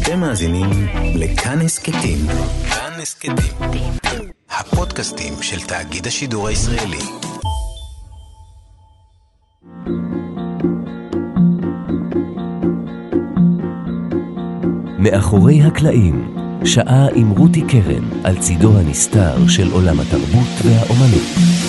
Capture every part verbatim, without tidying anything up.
אתם מאזינים לכאן הסקטים. כאן הסקטים. הפודקאסטים של תאגיד השידור הישראלי. מאחורי הקלעים, שעה עם רותי קרן על צידו הנסתר של עולם התרבות והאומנות.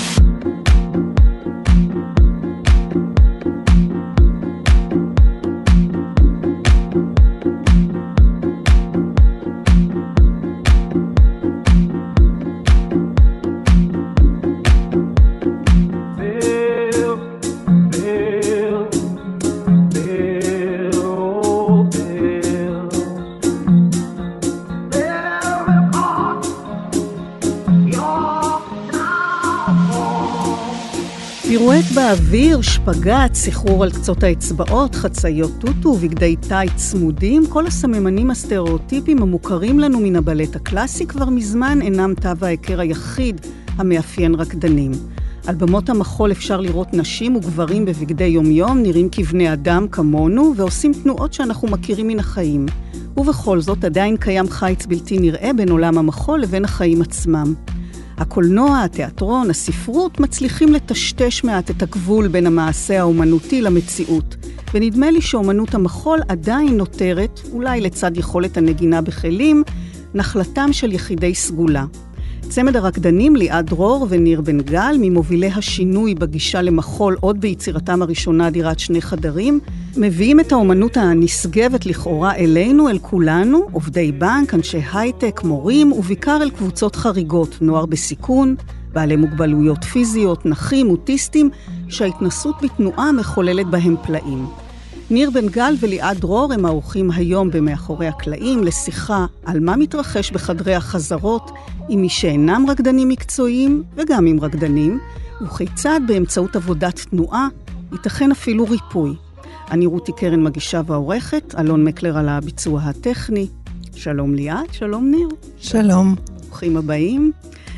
פירואט באוויר, שפגת, סחרור על קצות האצבעות, חצאיות טוטו, בגדי טייט צמודים, כל הסממנים הסטריאוטיפיים המוכרים לנו מן הבלט הקלאסי כבר מזמן אינם תו ההיכר היחיד המאפיין רקדנים. על במות המחול אפשר לראות נשים וגברים בבגדי יום-יום, נראים כבני אדם כמונו, ועושים תנועות שאנחנו מכירים מן החיים. ובכל זאת עדיין קיים חיץ בלתי נראה בין עולם המחול לבין החיים עצמם. הקולנוע, התיאטרון, הספרות מצליחים לטשטש מעט את הגבול בין המעשה האומנותי למציאות. ונדמה לי שאומנות המחול עדיין נותרת, אולי לצד יכולת הנגינה בכלים, נחלתם של יחידי סגולה. צמד הרקדנים ליעד דרור וניר בן גל, ממובילי השינוי בגישה למחול עוד ביצירתם הראשונה דירת שני חדרים, מביאים את האומנות הנשגבת לכאורה אלינו, אל כולנו, עובדי בנק, אנשי הייטק, מורים, ובעיקר אל קבוצות חריגות, נוער בסיכון, בעלי מוגבלויות פיזיות, נחים, אוטיסטים, שההתנסות בתנועה מחוללת בהם פלאים. ניר בן גל וליעד דרור הם האורחים היום במאחורי הקלעים לשיחה על מה מתרחש בחדרי החזרות עם מי שאינם רקדנים מקצועיים וגם עם רקדנים, וכיצד באמצעות עבודת תנועה ייתכן אפילו ריפוי. אני רותי קרן מגישה ועורכת, אלון מקלר על הביצוע הטכני. שלום ליעד, שלום ניר. שלום. ברוכים הבאים.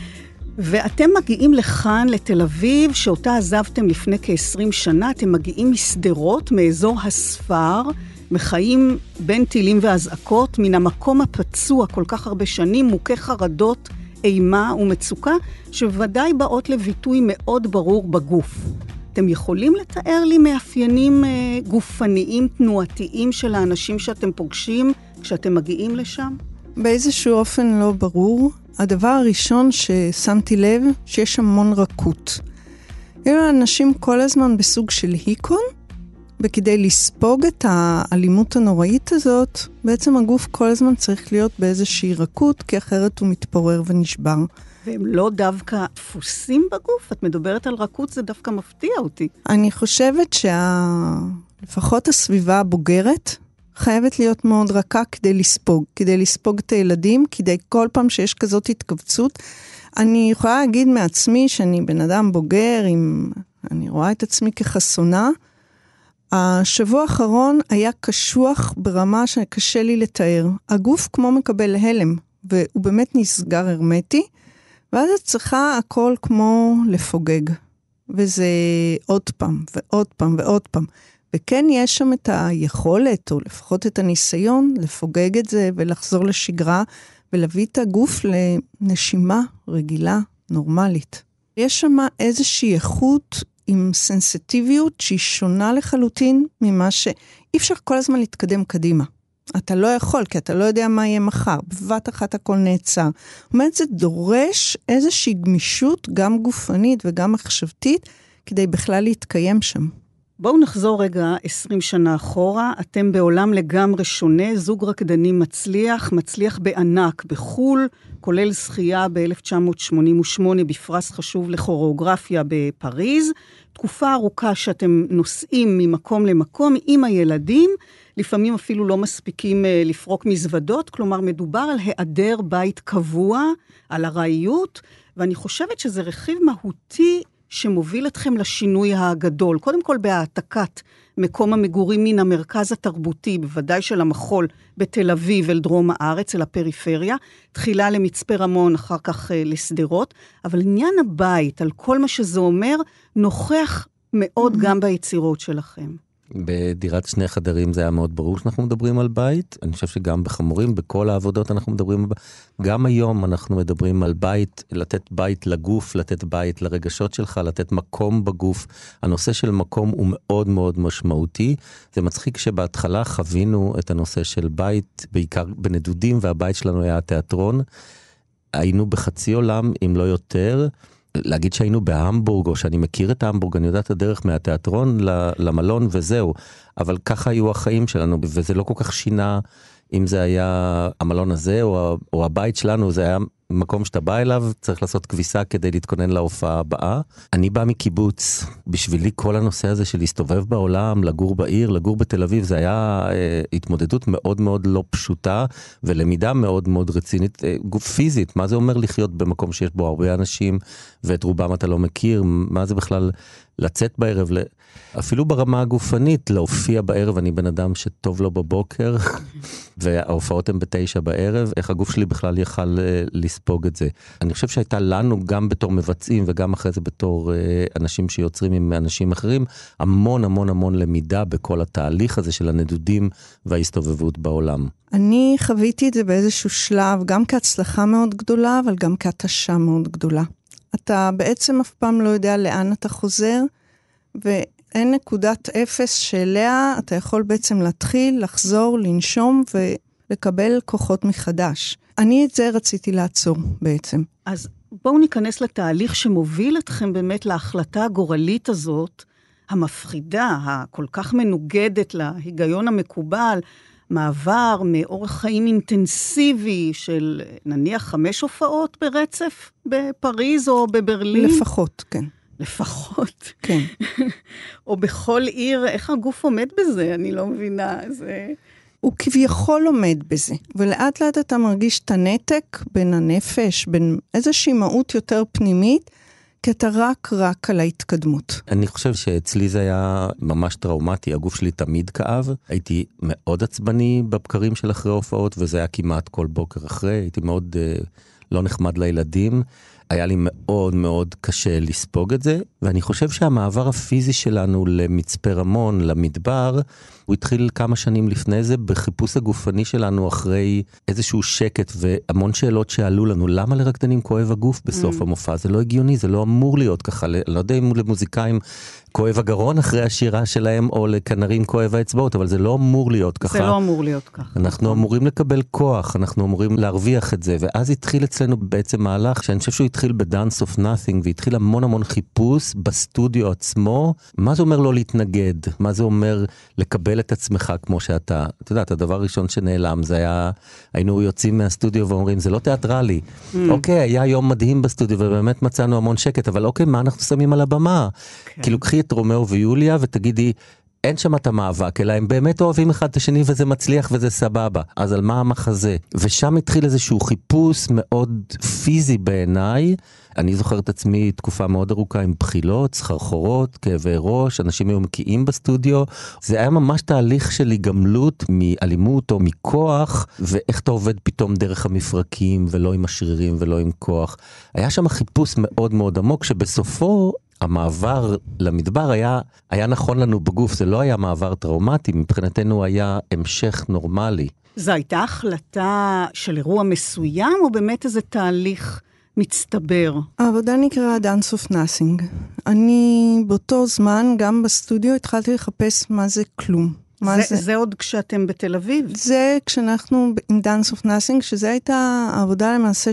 ואתם מגיעים לכאן, לתל אביב, שאותה עזבתם לפני כ-עשרים שנה, אתם מגיעים מסדרות, מאזור הספר, מחיים בין טילים והזעקות, מן המקום הפצוע כל כך הרבה שנים, מוכה חרדות, אימה ומצוקה, שבוודאי באות לביטוי מאוד ברור בגוף. אתם יכולים לתאר לי מאפיינים אה, גופניים, תנועתיים של האנשים שאתם פוגשים, כשאתם מגיעים לשם? באיזשהו אופן לא ברור. הדבר הראשון ששמתי לב, שיש המון רכות. אלו אנשים כל הזמן בסוג של היקון, וכדי לספוג את האלימות הנוראית הזאת, בעצם הגוף כל הזמן צריך להיות באיזושהי רכות, כי אחרת הוא מתפורר ונשבר. והם לא דווקא דפוסים בגוף? את מדברת על רכות, זה דווקא מפתיע אותי. אני חושבת שלפחות הסביבה הבוגרת, חייבת להיות מאוד רכה כדי לספוג, כדי לספוג את הילדים, כדי כל פעם שיש כזאת התכווצות. אני יכולה להגיד מעצמי שאני בן אדם בוגר, אם אני רואה את עצמי כחסונה. השבוע האחרון היה קשוח ברמה שקשה לי לתאר. הגוף כמו מקבל הלם, והוא באמת נסגר הרמטי, ואז את צריכה הכל כמו לפוגג. וזה עוד פעם, ועוד פעם, ועוד פעם. וכן יש שם את היכולת, או לפחות את הניסיון, לפוגג את זה ולחזור לשגרה, ולהביא את הגוף לנשימה רגילה, נורמלית. יש שם איזושהי איכות עם סנסיטיביות שהיא שונה לחלוטין ממה ש... אי אפשר כל הזמן להתקדם קדימה. אתה לא יכול, כי אתה לא יודע מה יהיה מחר. בבת אחת הכל נעצר. זאת אומרת, זה דורש איזושהי גמישות, גם גופנית וגם מחשבתית, כדי בכלל להתקיים שם. בואו נחזור רגע עשרים שנה אחורה, אתם בעולם לגמרי שונה, זוג רקדנים מצליח, מצליח בענק בחול, כולל זכייה ב-אלף תשע מאות שמונים ושמונה בפרס חשוב לכוריאוגרפיה בפריז, תקופה ארוכה שאתם נוסעים ממקום למקום עם הילדים, לפעמים אפילו לא מספיקים לפרוק מזוודות, כלומר מדובר על היעדר בית קבוע, על הראיות, ואני חושבת שזה רכיב מהותי שמוביל אתכם לשינוי הגדול. קודם כל בהעתקת מקום המגורים מן המרכז התרבותי, בוודאי של המחול, בתל אביב אל דרום הארץ, אל הפריפריה, תחילה למצפה רמון, אחר כך לסדרות, אבל עניין הבית, על כל מה שזה אומר, נוכח מאוד גם ביצירות שלכם. בדירת שני חדרים זה היה מאוד ברור שאנחנו מדברים על בית. אני חושב שגם בחמורים, בכל העבודות אנחנו מדברים על בית. גם היום אנחנו מדברים על בית, לתת בית לגוף, לתת בית לרגשות שלך, לתת מקום בגוף. הנושא של מקום הוא מאוד מאוד משמעותי. זה מצחיק שבהתחלה חווינו את הנושא של בית, בעיקר בנדודים, והבית שלנו היה התיאטרון. היינו בחצי עולם, אם לא יותר. להגיד שהיינו בהמבורג, או שאני מכיר את ההמבורג, אני יודעת הדרך מהתיאטרון למלון וזהו. אבל ככה היו החיים שלנו, וזה לא כל כך שינה אם זה היה המלון הזה, או, או הבית שלנו, זה היה מקום שאתה בא אליו, צריך לעשות כביסה כדי להתכונן להופעה הבאה. אני בא מקיבוץ, בשבילי כל הנושא הזה של להסתובב בעולם, לגור בעיר, לגור בתל אביב, זה היה אה, התמודדות מאוד מאוד לא פשוטה, ולמידה מאוד מאוד רצינית, אה, גוף פיזית. מה זה אומר לחיות במקום שיש בו הרבה אנשים, ואת רובם אתה לא מכיר? מה זה בכלל לצאת בערב? אפילו ברמה הגופנית, להופיע בערב, אני בן אדם שטוב לו בבוקר, וההופעות הן בתשע בערב, איך הגוף שלי בכלל יכל לספוג את זה. אני חושב שהייתה לנו, גם בתור מבצעים, וגם אחרי זה בתור אנשים שיוצרים עם אנשים אחרים, המון המון המון למידה בכל התהליך הזה של הנדודים וההסתובבות בעולם. אני חוויתי את זה באיזשהו שלב, גם כהצלחה מאוד גדולה, אבל גם כהתשה מאוד גדולה. אתה בעצם אף פעם לא יודע לאן אתה חוזר, ואין נקודת אפס שאליה אתה יכול בעצם להתחיל, לחזור, לנשום ולקבל כוחות מחדש. אני את זה רציתי לעצור בעצם. אז בואו ניכנס לתהליך שמוביל אתכם באמת להחלטה הגורלית הזאת, המפחידה, הכל כך מנוגדת להיגיון המקובל, מעבר מאורח חיים אינטנסיבי של נניח חמש הופעות ברצף בפריז או בברלין. לפחות, כן. לפחות. כן. או בכל עיר, איך הגוף עומד בזה? אני לא מבינה. זה... הוא כביכול עומד בזה, ולאט לאט אתה מרגיש את הנתק בין הנפש, בין איזושהי מהות יותר פנימית, כי אתה רק רק על ההתקדמות. אני חושב שאצלי זה היה ממש טראומטי, הגוף שלי תמיד כאב, הייתי מאוד עצבני בבקרים של אחרי הופעות, וזה היה כמעט כל בוקר אחרי, הייתי מאוד uh, לא נחמד לילדים, היה לי מאוד מאוד קשה לספוג את זה, ואני חושב שהמעבר הפיזי שלנו למצפה רמון, למדבר, הוא התחיל כמה שנים לפני זה, בחיפוש הגופני שלנו אחרי איזשהו שקט, והמון שאלות שעלו לנו, למה לרקדנים כואב הגוף בסוף mm. המופע? זה לא הגיוני, זה לא אמור להיות ככה, לא יודע אם למוזיקאים כואב הגרון אחרי השירה שלהם, או לכנרים כואב האצבעות, אבל זה לא אמור להיות ככה. זה לא אמור להיות ככה. אנחנו אמורים לקבל כוח, אנחנו אמורים להרוויח את זה, ואז התחיל אצלנו בעצם מהלך, שאני חושב שהוא התחיל ב-Dance of Nothing, והתחיל המון המון חיפוש בסטודיו עצמו, מה זה אומר לא להתנגד? מה זה אומר לקבל את עצמך כמו שאתה? אתה יודע, הדבר הראשון שנעלם, זה היה, היינו יוצאים מהסטודיו ואומרים, זה לא תיאטרלי. Mm. אוקיי, היה יום מדהים בסטודיו, ובאמת מצאנו המון שקט, אבל אוקיי, מה אנחנו שמים על הבמה? Okay. כאילו, קחי את רומאו ויוליה ותגידי, אין שם את המאבק, אלא הם באמת אוהבים אחד את השני, וזה מצליח וזה סבבה. אז על מה המחזה? ושם התחיל איזשהו חיפוש מאוד פיזי בעיניי. אני זוכר את עצמי תקופה מאוד ארוכה עם בחילות, סחרחורות, כאבי ראש, אנשים היו מקיאים בסטודיו. זה היה ממש תהליך של היגמלות מאלימות או מכוח, ואיך אתה עובד פתאום דרך המפרקים, ולא עם השרירים ולא עם כוח. היה שם חיפוש מאוד מאוד עמוק, שבסופו המעבר למדבר היה, היה נכון לנו בגוף, זה לא היה מעבר טראומטי, מבחינתנו היה המשך נורמלי. זו הייתה החלטה של אירוע מסוים, או באמת איזה תהליך מצטבר? העבודה נקרא Dance of Nothing. אני באותו זמן, גם בסטודיו, התחלתי לחפש מה זה כלום. זה, זה? זה עוד כשאתם בתל אביב? זה כשאנחנו עם Dance of Nothing, שזו הייתה העבודה למעשה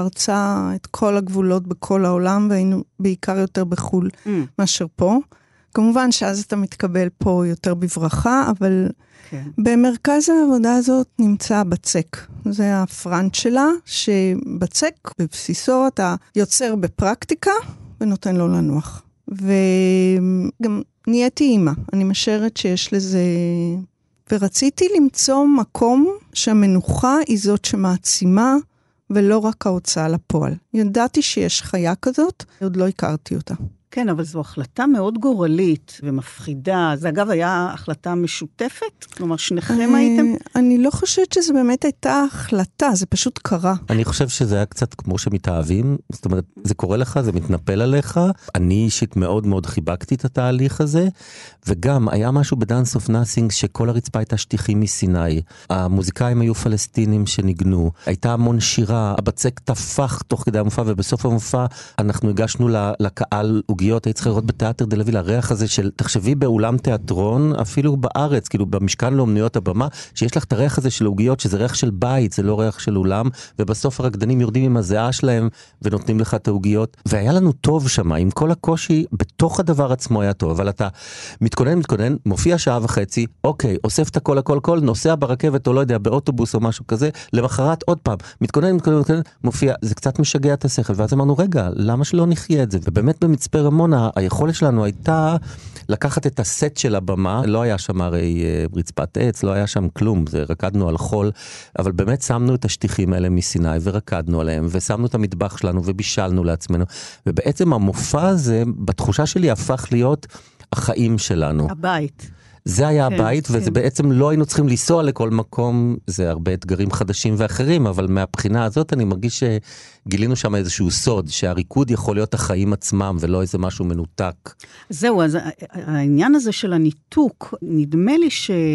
שפרצה את כל הגבולות בכל העולם, והיינו בעיקר יותר בחול mm. מאשר פה. כמובן שאז אתה מתקבל פה יותר בברכה, אבל כן. במרכז העבודה הזאת נמצא בצק. זה הפרנט שלה, שבצק בבסיסו אתה יוצר בפרקטיקה ונותן לו לנוח. וגם נהייתי אימא, אני משערת שיש לזה, ורציתי למצוא מקום שהמנוחה היא זאת שמעצימה, ולא רק ההוצאה לפועל. ידעתי שיש חיה כזאת, עוד לא הכרתי אותה. כן, אבל זו החלטה מאוד גורלית ומפחידה. זה אגב היה החלטה משותפת? כלומר, שניכם הייתם? אני לא חושבת שזה באמת הייתה החלטה, זה פשוט קרה. אני חושב שזה היה קצת כמו שמתאהבים, זאת אומרת, זה קורה לך, זה מתנפל עליך. אני אישית מאוד מאוד חיבקתי את התהליך הזה, וגם היה משהו בדאנס אוף נאסינג שכל הרצפה הייתה שטיחים מסיני. המוזיקאים היו פלסטינים שניגנו, הייתה המון שירה, הבצק תפח תוך כדי המופע, ובסוף המופע אנחנו הגשנו לקהל עוגיות, היית צריכה לראות בתיאטר דל אביב, הריח הזה של, תחשבי באולם תיאטרון, אפילו בארץ, כאילו במשכן לאומניות הבמה, שיש לך את הריח הזה של עוגיות, שזה ריח של בית, זה לא ריח של אולם, ובסוף הרקדנים יורדים עם הזיעה שלהם, ונותנים לך את העוגיות, והיה לנו טוב שמה, עם כל הקושי, בתוך הדבר עצמו היה טוב, אבל אתה מתכונן, מתכונן, מופיע שעה וחצי, אוקיי, אוסף את הכל, הכל, הכל, נוסע ברכבת, או לא יודע, באוטובוס או משהו כזה, למחרת עוד פעם, מתכונן, מתכונן, מתכונן, מופיע, זה קצת משגע את השכל, ואז אמרנו, רגע, למה שלא נחיה את זה? ובאמת במצפה רמון, היכולת שלנו הייתה לקחת את הסט של הבמה, לא היה שם הרי רצפת עץ, לא היה שם כלום, זה רקדנו על חול, אבל באמת שמנו את השטיחים האלה מסיני ורקדנו עליהם, ושמנו את המטבח שלנו ובישלנו לעצמנו, ובעצם המופע הזה, בתחושה שלי, הפך להיות החיים שלנו. הבית. זה היה כן, הבית, כן. וזה בעצם לא היינו צריכים לנסוע לכל מקום, זה הרבה אתגרים חדשים ואחרים, אבל מהבחינה הזאת אני מרגיש שגילינו שם איזשהו סוד, שהריקוד יכול להיות החיים עצמם, ולא איזה משהו מנותק. זהו, אז העניין הזה של הניתוק, נדמה לי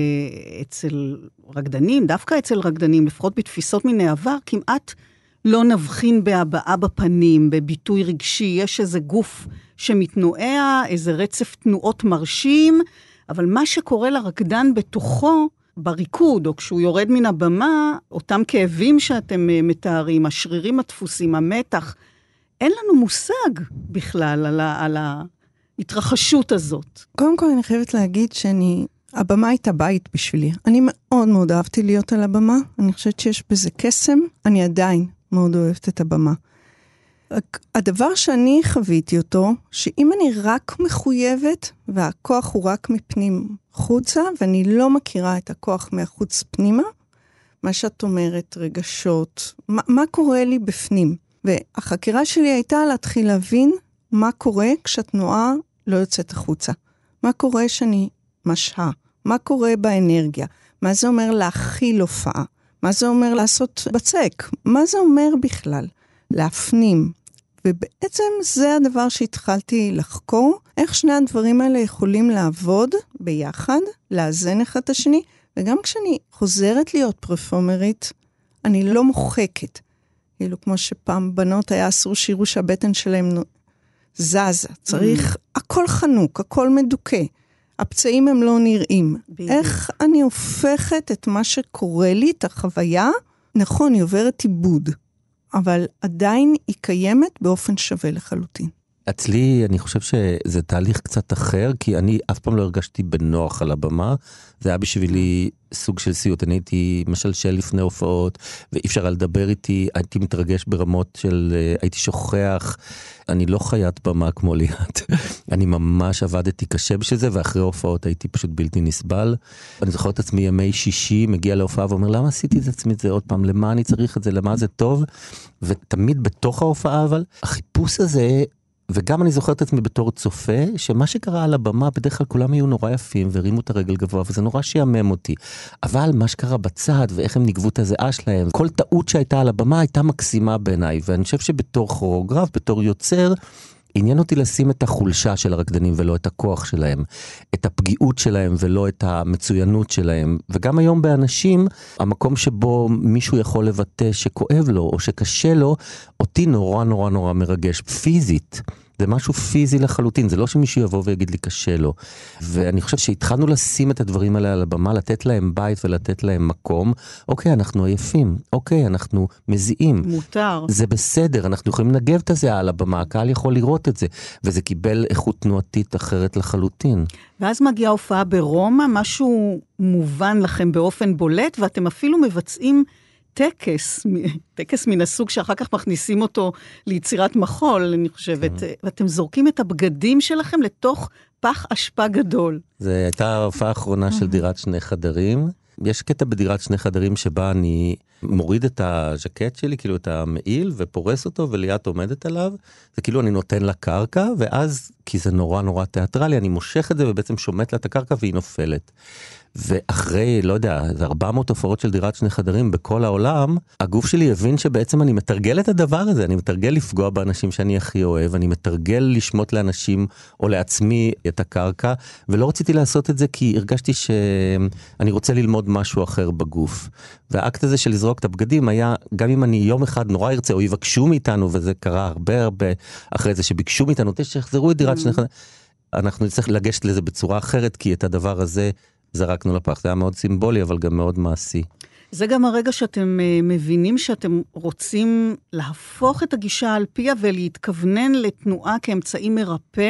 שאצל רקדנים, דווקא אצל רקדנים, לפחות בתפיסות מן העבר, כמעט לא נבחין בהבעה בפנים, בביטוי רגשי, יש איזה גוף שמתנועע, איזה רצף תנועות מרשים, אבל מה שקורה לרקדן בתוכו, בריקוד, או כשהוא יורד מן הבמה, אותם כאבים שאתם מתארים, השרירים הדפוסים, המתח, אין לנו מושג בכלל על, ה, על ההתרחשות הזאת. קודם כל אני חייבת להגיד שאני, הבמה הייתה בית בשבילי. אני מאוד מאוד אהבתי להיות על הבמה, אני חושבת שיש בזה קסם, אני עדיין מאוד אוהבת את הבמה. הדבר שאני חוויתי אותו, שאם אני רק מחויבת, והכוח הוא רק מפנים חוצה, ואני לא מכירה את הכוח מהחוץ פנימה, מה שאת אומרת, רגשות, מה, מה קורה לי בפנים? והחקירה שלי הייתה להתחיל להבין מה קורה כשהתנועה לא יוצאת החוצה. מה קורה שאני משהה? מה קורה באנרגיה? מה זה אומר להכיל הופעה? מה זה אומר לעשות בצק? מה זה אומר בכלל? להפנים. ובעצם זה הדבר שהתחלתי לחקור, איך שני הדברים האלה יכולים לעבוד ביחד, לאזן אחד את השני, וגם כשאני חוזרת להיות פרפורמרית, אני לא מוחקת. כאילו כמו שפעם בנות היה אסור שירו שהבטן שלהם זזה, צריך mm. הכל חנוק, הכל מדוכא, הפצעים הם לא נראים. בדיוק. איך אני הופכת את מה שקורה לי, את החוויה, נכון, היא עוברת עיבוד. אבל עדיין היא קיימת באופן שווה לחלוטין. אצלי, אני חושב שזה תהליך קצת אחר, כי אני אף פעם לא הרגשתי בנוח על הבמה, זה היה בשבילי סוג של סיוט, אני הייתי משלשל לפני הופעות, ואי אפשר לדבר איתי, הייתי מתרגש ברמות של, הייתי שוכח, אני לא חיית במה כמו ליאת, אני ממש עבדתי קשה בשביל זה, ואחרי הופעות הייתי פשוט בלתי נסבל, אני זוכר את עצמי ימי שישי, מגיע להופעה ואומר, למה עשיתי את עצמי את זה עוד פעם, למה אני צריך את זה, למה זה טוב, ותמיד בתוך ההופעה, אבל החיפוש הזה, וגם אני זוכר את עצמי בתור צופה, שמה שקרה על הבמה, בדרך כלל כולם היו נורא יפים, והרימו את הרגל גבוה, וזה נורא שיאמם אותי. אבל מה שקרה בצד, ואיך הם נגבו את הזיעה שלהם, כל טעות שהייתה על הבמה, הייתה מקסימה בעיניי, ואני חושב שבתור כוריאוגרף, בתור יוצר, עניין אותי לשים את החולשה של הרקדנים, ולא את הכוח שלהם, את הפגיעות שלהם, ולא את המצוינות שלהם, וגם היום באנשים, המקום שבו מישהו יכול לבטא שכואב לו, או שקשה לו, אותי נורא נורא נורא מרגש, פיזית, זה משהו פיזי לחלוטין, זה לא שמישהו יבוא ויגיד לי קשה לו, ואני חושב שהתחלנו לשים את הדברים האלה על הבמה, לתת להם בית ולתת להם מקום, אוקיי, אנחנו עייפים, אוקיי, אנחנו מזיעים. מותר. זה בסדר, אנחנו יכולים לנגב את זה על הבמה, הקהל יכול לראות את זה, וזה קיבל איכות תנועתית אחרת לחלוטין. ואז מגיעה הופעה ברומא, משהו מובן לכם באופן בולט, ואתם אפילו מבצעים טקס, טקס מן הסוג שאחר כך מכניסים אותו ליצירת מחול, אני חושבת, ואתם זורקים את הבגדים שלכם לתוך פח אשפה גדול. זו הייתה ההופעה האחרונה של דירת שני חדרים, יש קטע בדירת שני חדרים שבה אני מוריד את הז'קט שלי, כאילו את המעיל, ופורס אותו, וליאת עומדת עליו, זה כאילו אני נותן לה קרקע, ואז, כי זה נורא נורא תיאטרלי, אני מושך את זה, ובעצם שומט לה את הקרקע, והיא נופלת. ואחרי, לא יודע, זה ארבע מאות הופעות של דירת שני חדרים בכל העולם, הגוף שלי הבין שבעצם אני מתרגל את הדבר הזה, אני מתרגל לפגוע באנשים שאני הכי אוהב, אני מתרגל לשמוט לאנשים או לעצמי את הקרקע, ולא רציתי לעשות את זה כי הרגשתי שאני רוצה ללמוד משהו אחר בגוף. והאקט הזה של לזרוק את הבגדים היה, גם אם אני יום אחד נורא ארצה או יבקשו מאיתנו, וזה קרה הרבה הרבה אחרי זה שביקשו מאיתנו, תשחזרו את דירת שני חדרים, אנחנו נצטרך לגשת לזה בצורה אחרת, כי את הדבר הזה זרקנו לפח. זה היה מאוד סימבולי, אבל גם מאוד מעשי. זה גם הרגע שאתם מבינים שאתם רוצים להפוך את הגישה על פיה ולהתכוונן לתנועה כאמצעי מרפא,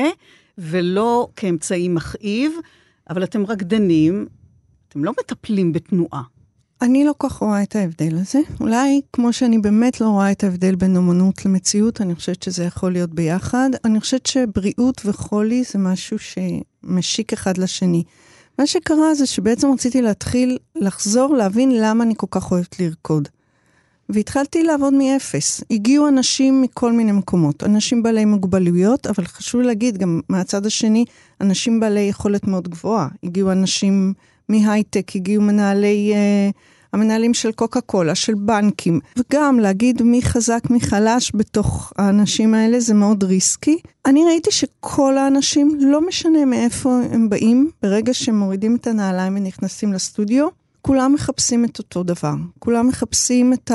ולא כאמצעי מכאיב, אבל אתם רקדנים, אתם לא מטפלים בתנועה. אני לא כל כך רואה את ההבדל הזה. אולי כמו שאני באמת לא רואה את ההבדל בין אומנות למציאות, אני חושבת שזה יכול להיות ביחד. אני חושבת שבריאות וחולי זה משהו שמשיק אחד לשני. מה שקרה זה שבעצם רציתי להתחיל לחזור, להבין למה אני כל כך אוהבת לרקוד. והתחלתי לעבוד מאפס. הגיעו אנשים מכל מיני מקומות, אנשים בעלי מוגבלויות, אבל חשוב להגיד גם מהצד השני, אנשים בעלי יכולת מאוד גבוהה. הגיעו אנשים מהייטק, הגיעו מנהלי, uh, המנהלים של קוקה קולה, של בנקים, וגם להגיד מי חזק, מי חלש בתוך האנשים האלה, זה מאוד ריסקי. אני ראיתי שכל האנשים, לא משנה מאיפה הם באים, ברגע שהם מורידים את הנעליים ונכנסים לסטודיו, כולם מחפשים את אותו דבר. כולם מחפשים את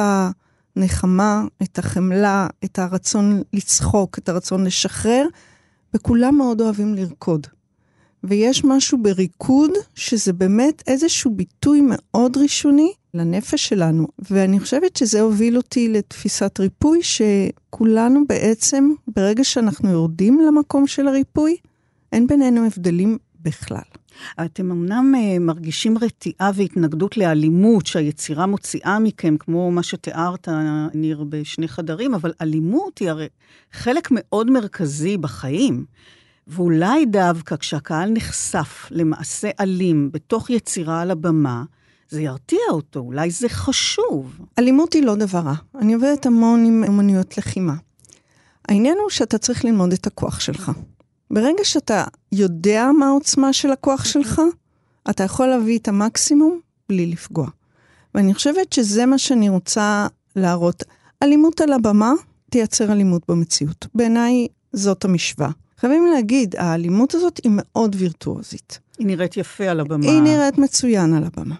הנחמה, את החמלה, את הרצון לצחוק, את הרצון לשחרר, וכולם מאוד אוהבים לרקוד. ויש משהו בריקוד, שזה באמת איזשהו ביטוי מאוד ראשוני לנפש שלנו. ואני חושבת שזה הוביל אותי לתפיסת ריפוי, שכולנו בעצם, ברגע שאנחנו יורדים למקום של הריפוי, אין בינינו הבדלים בכלל. אתם אמנם מרגישים רתיעה והתנגדות לאלימות שהיצירה מוציאה מכם, כמו מה שתיארת, ניר, בשני חדרים, אבל אלימות היא הרי חלק מאוד מרכזי בחיים. ואולי דווקא כשהקהל נחשף למעשה אלים בתוך יצירה על הבמה, זה ירתיע אותו, אולי זה חשוב. אלימות היא לא דבר רע. אני עובדת המון עם אומנויות לחימה. העניין הוא שאתה צריך ללמוד את הכוח שלך. ברגע שאתה יודע מה העוצמה של הכוח שלך, אתה יכול להביא את המקסימום בלי לפגוע. ואני חושבת שזה מה שאני רוצה להראות. אלימות על הבמה תייצר אלימות במציאות. בעיניי זאת המשוואה. חייבים להגיד, האלימות הזאת היא מאוד וירטואוזית. היא נראית יפה על הבמה. היא נראית מצוין על הבמה.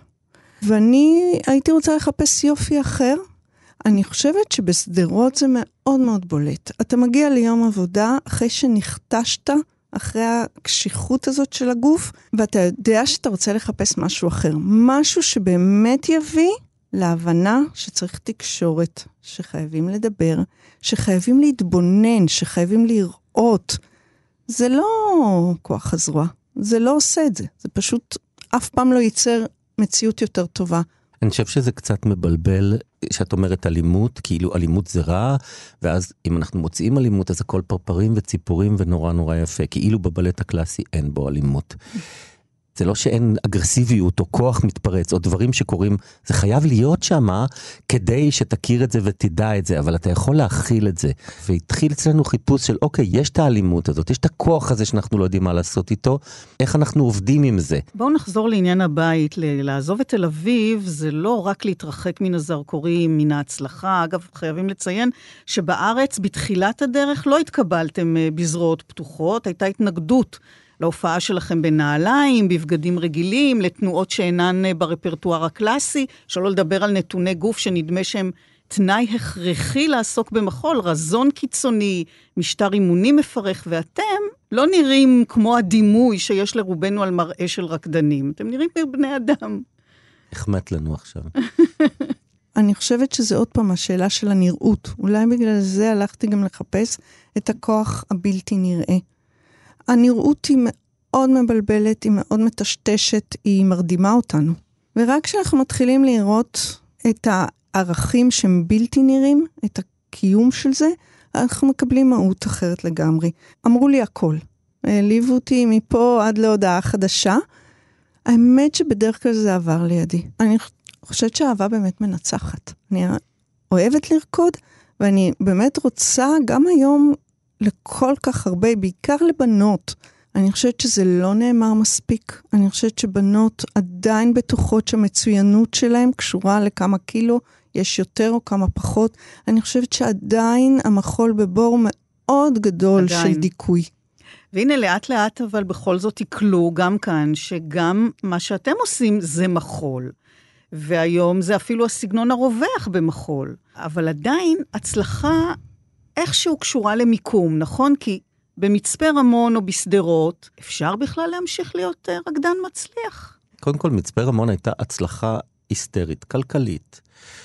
ואני הייתי רוצה לחפש יופי אחר. אני חושבת שבסדרות זה מאוד מאוד בולט. אתה מגיע ליום עבודה אחרי שנכתשת, אחרי הקשיחות הזאת של הגוף, ואתה יודע שאתה רוצה לחפש משהו אחר. משהו שבאמת יביא להבנה שצריך תקשורת, שחייבים לדבר, שחייבים להתבונן, שחייבים לראות. זה לא כוח הזרוע, זה לא עושה את זה. זה פשוט אף פעם לא ייצר מציאות יותר טובה. אני חושב שזה קצת מבלבל, שאת אומרת אלימות, כאילו אלימות זה רע, ואז אם אנחנו מוצאים אלימות, אז הכל פרפרים וציפורים ונורא נורא יפה, כאילו בבלט הקלאסי אין בו אלימות. זה לא שאין אגרסיביות או כוח מתפרץ, או דברים שקורים, זה חייב להיות שמה, כדי שתכיר את זה ותדע את זה, אבל אתה יכול להכיל את זה. והתחיל אצלנו חיפוש של, אוקיי, יש את האלימות הזאת, יש את הכוח הזה שאנחנו לא יודעים מה לעשות איתו, איך אנחנו עובדים עם זה. בואו נחזור לעניין הבית, לעזוב את תל אביב, זה לא רק להתרחק מן הזרקורים, מן ההצלחה. אגב, חייבים לציין שבארץ, בתחילת הדרך, לא התקבלתם בזרועות פתוחות, הייתה התנגדות להופעה שלכם בנעליים, בבגדים רגילים, לתנועות שאינן ברפרטואר הקלאסי, שלא לדבר על נתוני גוף שנדמה שהם תנאי הכרחי לעסוק במחול, רזון קיצוני, משטר אימוני מפרך, ואתם לא נראים כמו הדימוי שיש לרובנו על מראה של רקדנים. אתם נראים בבני אדם. החמת לנו עכשיו. אני חושבת שזה עוד פעם השאלה של הנראות. אולי בגלל זה הלכתי גם לחפש את הכוח הבלתי נראה. הנראות היא מאוד מבלבלת, היא מאוד מטשטשת, היא מרדימה אותנו. ורק כשאנחנו מתחילים לראות את הערכים שהם בלתי נראים, את הקיום של זה, אנחנו מקבלים מהות אחרת לגמרי. אמרו לי הכל. העליבו אותי מפה עד להודעה חדשה, האמת שבדרך כלל זה עבר לידי. אני חושבת שהאהבה באמת מנצחת. אני אוהבת לרקוד, ואני באמת רוצה גם היום לכל כך הרבה, בעיקר לבנות. אני חושבת שזה לא נאמר מספיק. אני חושבת שבנות עדיין בטוחות שהמצוינות שלהם קשורה לכמה קילו, יש יותר או כמה פחות. אני חושבת שעדיין המחול בבור מאוד גדול עדיין. של דיכוי. והנה לאט לאט אבל בכל זאת יקלו גם כאן, שגם מה שאתם עושים זה מחול. והיום זה אפילו הסגנון הרווח במחול. אבל עדיין הצלחה איכשהו קשורה למיקום, נכון? כי במצפה רמון או בסדרות, אפשר בכלל להמשיך להיות רקדן מצליח. קודם כל, מצפה רמון הייתה הצלחה היסטרית, כלכלית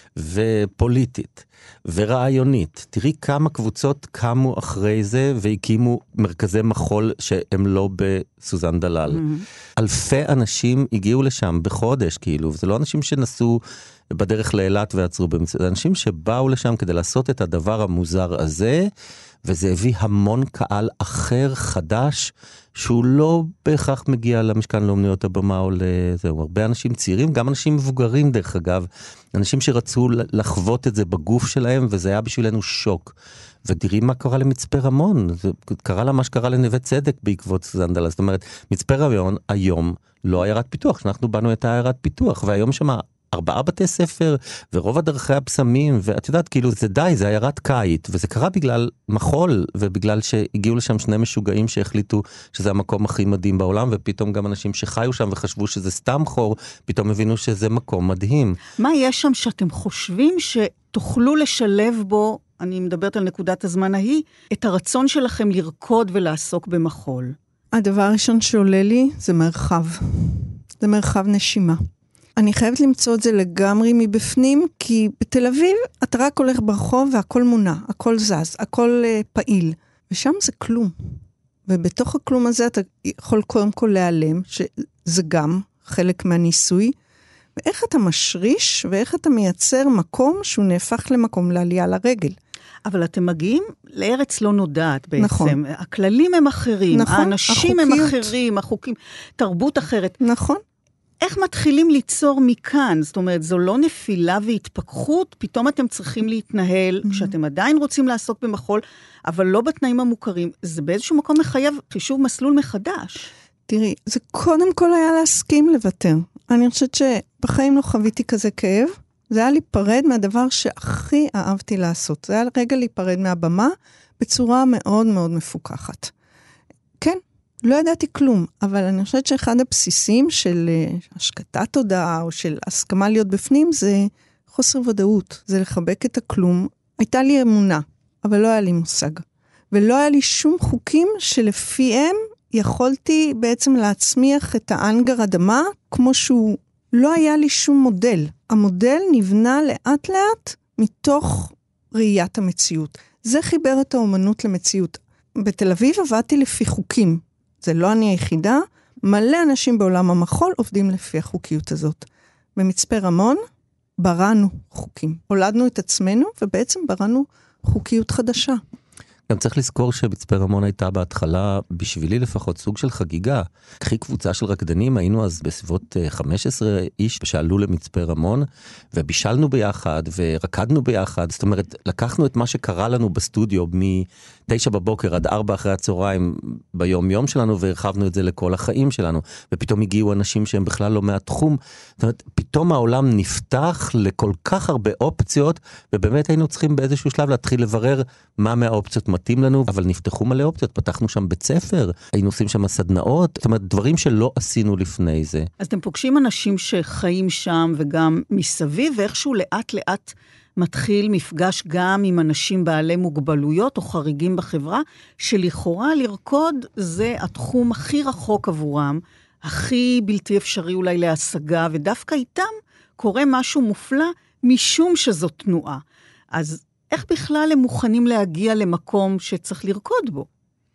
ופוליטית ורעיונית. תראי כמה קבוצות קמו אחרי זה והקימו מרכזי מחול שהם לא בסוזן דלל. Mm-hmm. אלפי אנשים הגיעו לשם בחודש, כאילו, וזה לא אנשים שנסעו בדרך לאילת ועצרו במצפה, זה אנשים שבאו לשם כדי לעשות את הדבר המוזר הזה, וזה הביא המון קהל אחר, חדש, שהוא לא בהכרח מגיע למשכן לאומניות הבמה או לזהו. הרבה אנשים צעירים, גם אנשים מבוגרים דרך אגב, אנשים שרצו לחוות את זה בגוף שלהם, וזה היה בשבילנו שוק. ותראי מה קרה למצפה רמון, זה קרה לה מה שקרה לנווה צדק בעקבות סוזן דלל. זאת אומרת, מצפה רמון היום לא עיירת פיתוח, שאנחנו באנו את העיירת פיתוח, והיום שמה ארבעה בתי ספר, ורוב הדרכי הפסמים, ואת יודעת, כאילו, זה די, זה עיירת קיץ, וזה קרה בגלל מחול, ובגלל שהגיעו לשם שני משוגעים שהחליטו שזה המקום הכי מדהים בעולם, ופתאום גם אנשים שחיו שם וחשבו שזה סתם חור, פתאום הבינו שזה מקום מדהים. מה יש שם שאתם חושבים שתוכלו לשלב בו, אני מדברת על נקודת הזמן ההיא, את הרצון שלכם לרקוד ולעסוק במחול? הדבר הראשון שעולה לי זה מרחב. זה מרחב נשימה. אני חייבת למצוא את זה לגמרי מבפנים, כי בתל אביב אתה רק הולך ברחוב והכל מונע, הכל זז, הכל uh, פעיל. ושם זה כלום. ובתוך הכלום הזה אתה יכול קודם כל להיעלם, שזה גם חלק מהניסוי, ואיך אתה משריש ואיך אתה מייצר מקום שהוא נהפך למקום לעלייה לרגל. אבל אתם מגיעים לארץ לא נודעת בעצם. נכון. הכללים הם אחרים, נכון, האנשים החוקיות. הם אחרים, החוקים, תרבות אחרת. נכון. איך מתחילים ליצור מכאן? זאת אומרת, זו לא נפילה והתפכחות, פתאום אתם צריכים להתנהל, mm-hmm. כשאתם עדיין רוצים לעסוק במחול, אבל לא בתנאים המוכרים. זה באיזשהו מקום מחייב חישוב מסלול מחדש. תראי, זה קודם כל היה להסכים לוותר. אני חושבת שבחיים לא חוויתי כזה כאב, זה היה להיפרד מהדבר שהכי אהבתי לעשות. זה היה רגע להיפרד מהבמה בצורה מאוד מאוד מפוקחת. כן. לא ידעתי כלום, אבל אני חושבת שאחד הבסיסים של השקטת תודעה או של הסכמה להיות בפנים זה חוסר ודאות, זה לחבק את הכלום. הייתה לי אמונה, אבל לא היה לי מושג. ולא היה לי שום חוקים שלפיהם יכולתי בעצם להצמיח את האנגר אדמה כמו שהוא. לא היה לי שום מודל. המודל נבנה לאט לאט מתוך ראיית המציאות. זה חיבר את האומנות למציאות. בתל אביב עבדתי לפי חוקים. זה לא אני היחידה, מלא אנשים בעולם המחול עובדים לפי החוקיות הזאת. במצפה רמון בראנו חוקים. הולדנו את עצמנו ובעצם בראנו חוקיות חדשה. גם צריך לזכור שמצפה רמון הייתה בהתחלה, בשבילי לפחות, סוג של חגיגה. קחי קבוצה של רקדנים, היינו אז בסביבות חמש עשרה איש שעלו למצפה רמון, ובישלנו ביחד, ורקדנו ביחד. זאת אומרת, לקחנו את מה שקרה לנו בסטודיו, מתשע בבוקר עד ארבע אחרי הצהריים ביום יום שלנו, והרחבנו את זה לכל החיים שלנו. ופתאום הגיעו אנשים שהם בכלל לא מהתחום. זאת אומרת, פתאום העולם נפתח לכל כך הרבה אופציות, ובאמת היינו צריכים באיזשהו שלב להתחיל לברר מה מהאופציות מתאים לנו, אבל נפתחו מלא אופציות, פתחנו שם בית ספר, היינו עושים שם סדנאות, זאת אומרת, דברים שלא עשינו לפני זה. אז אתם פוגשים אנשים שחיים שם וגם מסביב, ואיכשהו לאט לאט מתחיל מפגש גם עם אנשים בעלי מוגבלויות או חריגים בחברה, שלכאורה לרקוד זה התחום הכי רחוק עבורם, הכי בלתי אפשרי אולי להשגה, ודווקא איתם קורה משהו מופלא, משום שזו תנועה. אז איך בכלל הם מוכנים להגיע למקום שצריך לרקוד בו?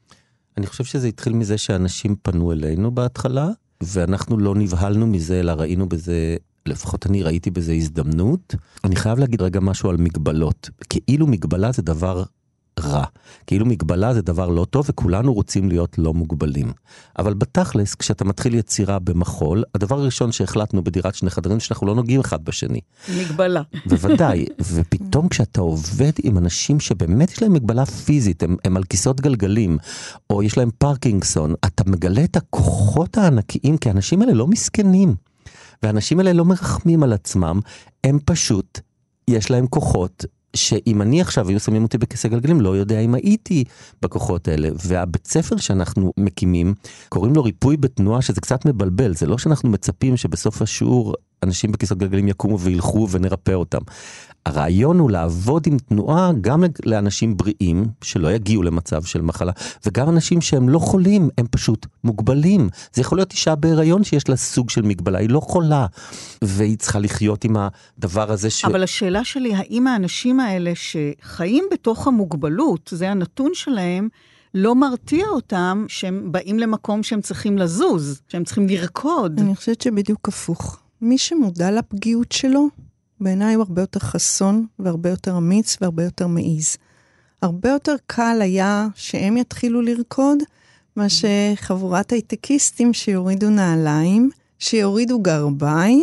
אני חושב שזה התחיל מזה שאנשים פנו אלינו בהתחלה, ואנחנו לא נבהלנו מזה, אלא ראינו בזה, לפחות אני ראיתי בזה הזדמנות. אני חייב להגיד רגע משהו על מגבלות. כאילו מגבלה זה דבר רע. כאילו מגבלה זה דבר לא טוב, וכולנו רוצים להיות לא מוגבלים. אבל בתכלס, כשאתה מתחיל יצירה במחול, הדבר הראשון שהחלטנו בדירת שני חדרים, שאנחנו לא נוגעים אחד בשני. מגבלה. בוודאי, ופתאום כשאתה עובד עם אנשים שבאמת יש להם מגבלה פיזית, הם, הם על כיסאות גלגלים, או יש להם פארקינגסון, אתה מגלה את הכוחות הענקיים, כי האנשים האלה לא מסכנים, והאנשים האלה לא מרחמים על עצמם, הם פשוט, יש להם כוחות, שאם אני עכשיו היו שמים אותי בכיסא גלגלים, לא יודע אם הייתי בכוחות האלה. והבית ספר שאנחנו מקימים, קוראים לו ריפוי בתנועה, שזה קצת מבלבל. זה לא שאנחנו מצפים שבסוף השיעור אנשים בכיסאות גלגלים יקומו וילכו ונרפא אותם. הרעיון הוא לעבוד עם תנועה גם לאנשים בריאים, שלא יגיעו למצב של מחלה, וגם אנשים שהם לא חולים, הם פשוט מוגבלים. זה יכול להיות אישה בהיריון שיש לה סוג של מגבלה, היא לא חולה, והיא צריכה לחיות עם הדבר הזה ש... אבל השאלה שלי, האם האנשים האלה שחיים בתוך המוגבלות, זה הנתון שלהם, לא מרתיע אותם שהם באים למקום שהם צריכים לזוז, שהם צריכים לרקוד? אני חושבת שבדיוק הפוך. מי שמודע לפגיעות שלו, בעיניי הוא הרבה יותר חסון, והרבה יותר אמיץ, והרבה יותר מעיז. הרבה יותר קל היה שהם יתחילו לרקוד, מה שחבורת הייטקיסטים שיורידו נעליים, שיורידו גרביים,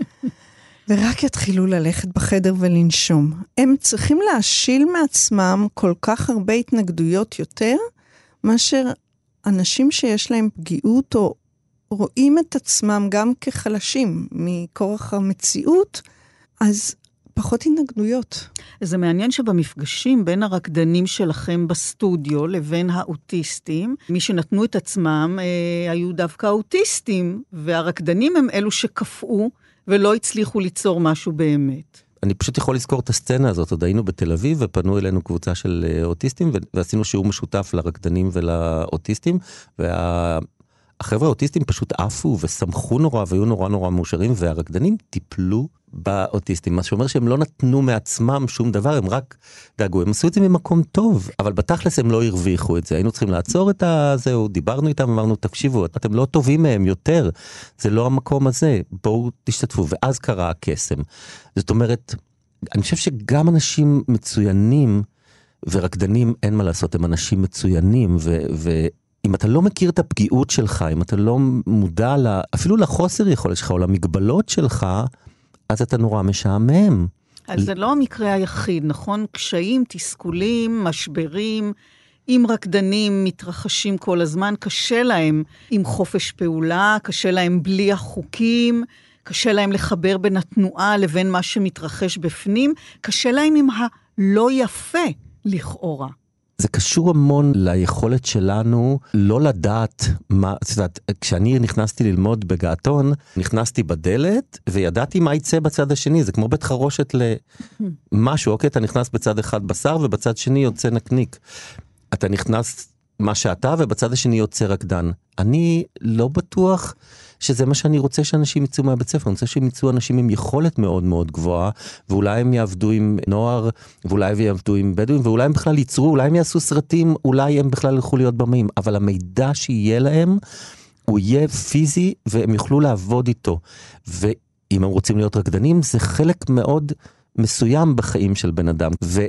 ורק יתחילו ללכת בחדר ולנשום. הם צריכים להשיל מעצמם כל כך הרבה התנגדויות יותר, מאשר אנשים שיש להם פגיעות, או רואים את עצמם גם כחלשים מכורח המציאות, אז פחות התנגדויות. זה מעניין שבמפגשים בין הרקדנים שלכם בסטודיו לבין האוטיסטים, מי שנתנו את עצמם אה, היו דווקא האוטיסטים, והרקדנים הם אלו שקפאו ולא הצליחו ליצור משהו באמת. אני פשוט יכול לזכור את הסצנה הזאת, עוד היינו בתל אביב ופנו אלינו קבוצה של אוטיסטים, ועשינו שיעור משותף לרקדנים ולאוטיסטים, וה... החבר'ה האוטיסטים פשוט עפו ושמחו נורא והיו נורא נורא מאושרים, והרקדנים טיפלו באוטיסטים, מה שאומר שהם לא נתנו מעצמם שום דבר, הם רק דאגו, הם עשו את זה ממקום טוב, אבל בתכלס הם לא הרוויחו את זה, היינו צריכים לעצור את זה, דיברנו איתם, אמרנו, תקשיבו, אתם לא טובים מהם יותר, זה לא המקום הזה, בואו תשתתפו, ואז קרה הקסם. זאת אומרת, אני חושב שגם אנשים מצוינים ורקדנים, אין מה לעשות, הם אנשים מצוינים, ו... ו- אם אתה לא מכיר את הפגיעות שלך, אם אתה לא מודע לה, אפילו לחוסר יכולת שלך, או למגבלות שלך, אז אתה נורא משעמם. אז זה לא המקרה היחיד, נכון? קשיים, תסכולים, משברים, אם רקדנים מתרחשים כל הזמן, קשה להם עם חופש פעולה, קשה להם בלי החוקים, קשה להם לחבר בין התנועה לבין מה שמתרחש בפנים, קשה להם עם הלא יפה לכאורה. זה קשור המון ליכולת שלנו לא לדעת מה, זאת אומרת, כשאני נכנסתי ללמוד בגעתון, נכנסתי בדלת וידעתי מה יצא בצד השני, זה כמו בית חרושת למשהו, אוקיי, אתה נכנס בצד אחד בשר ובצד שני יוצא נקניק. אתה נכנס מה שאתה ובצד השני יוצא רקדן. אני לא בטוח שזה מה שאני רוצה שאנשים יצאו מהבית ספר, אני רוצה שהם יצאו אנשים עם יכולת מאוד מאוד גבוהה, ואולי הם יעבדו עם נוער, ואולי הם יעבדו עם בדואים, ואולי הם בכלל ייצרו, אולי הם יעשו סרטים, אולי הם בכלל ילכו להיות במאים, אבל המידע שיהיה להם, הוא יהיה פיזי, והם יוכלו לעבוד איתו, ואם הם רוצים להיות רקדנים, זה חלק מאוד מסוים בחיים של בן אדם, ו...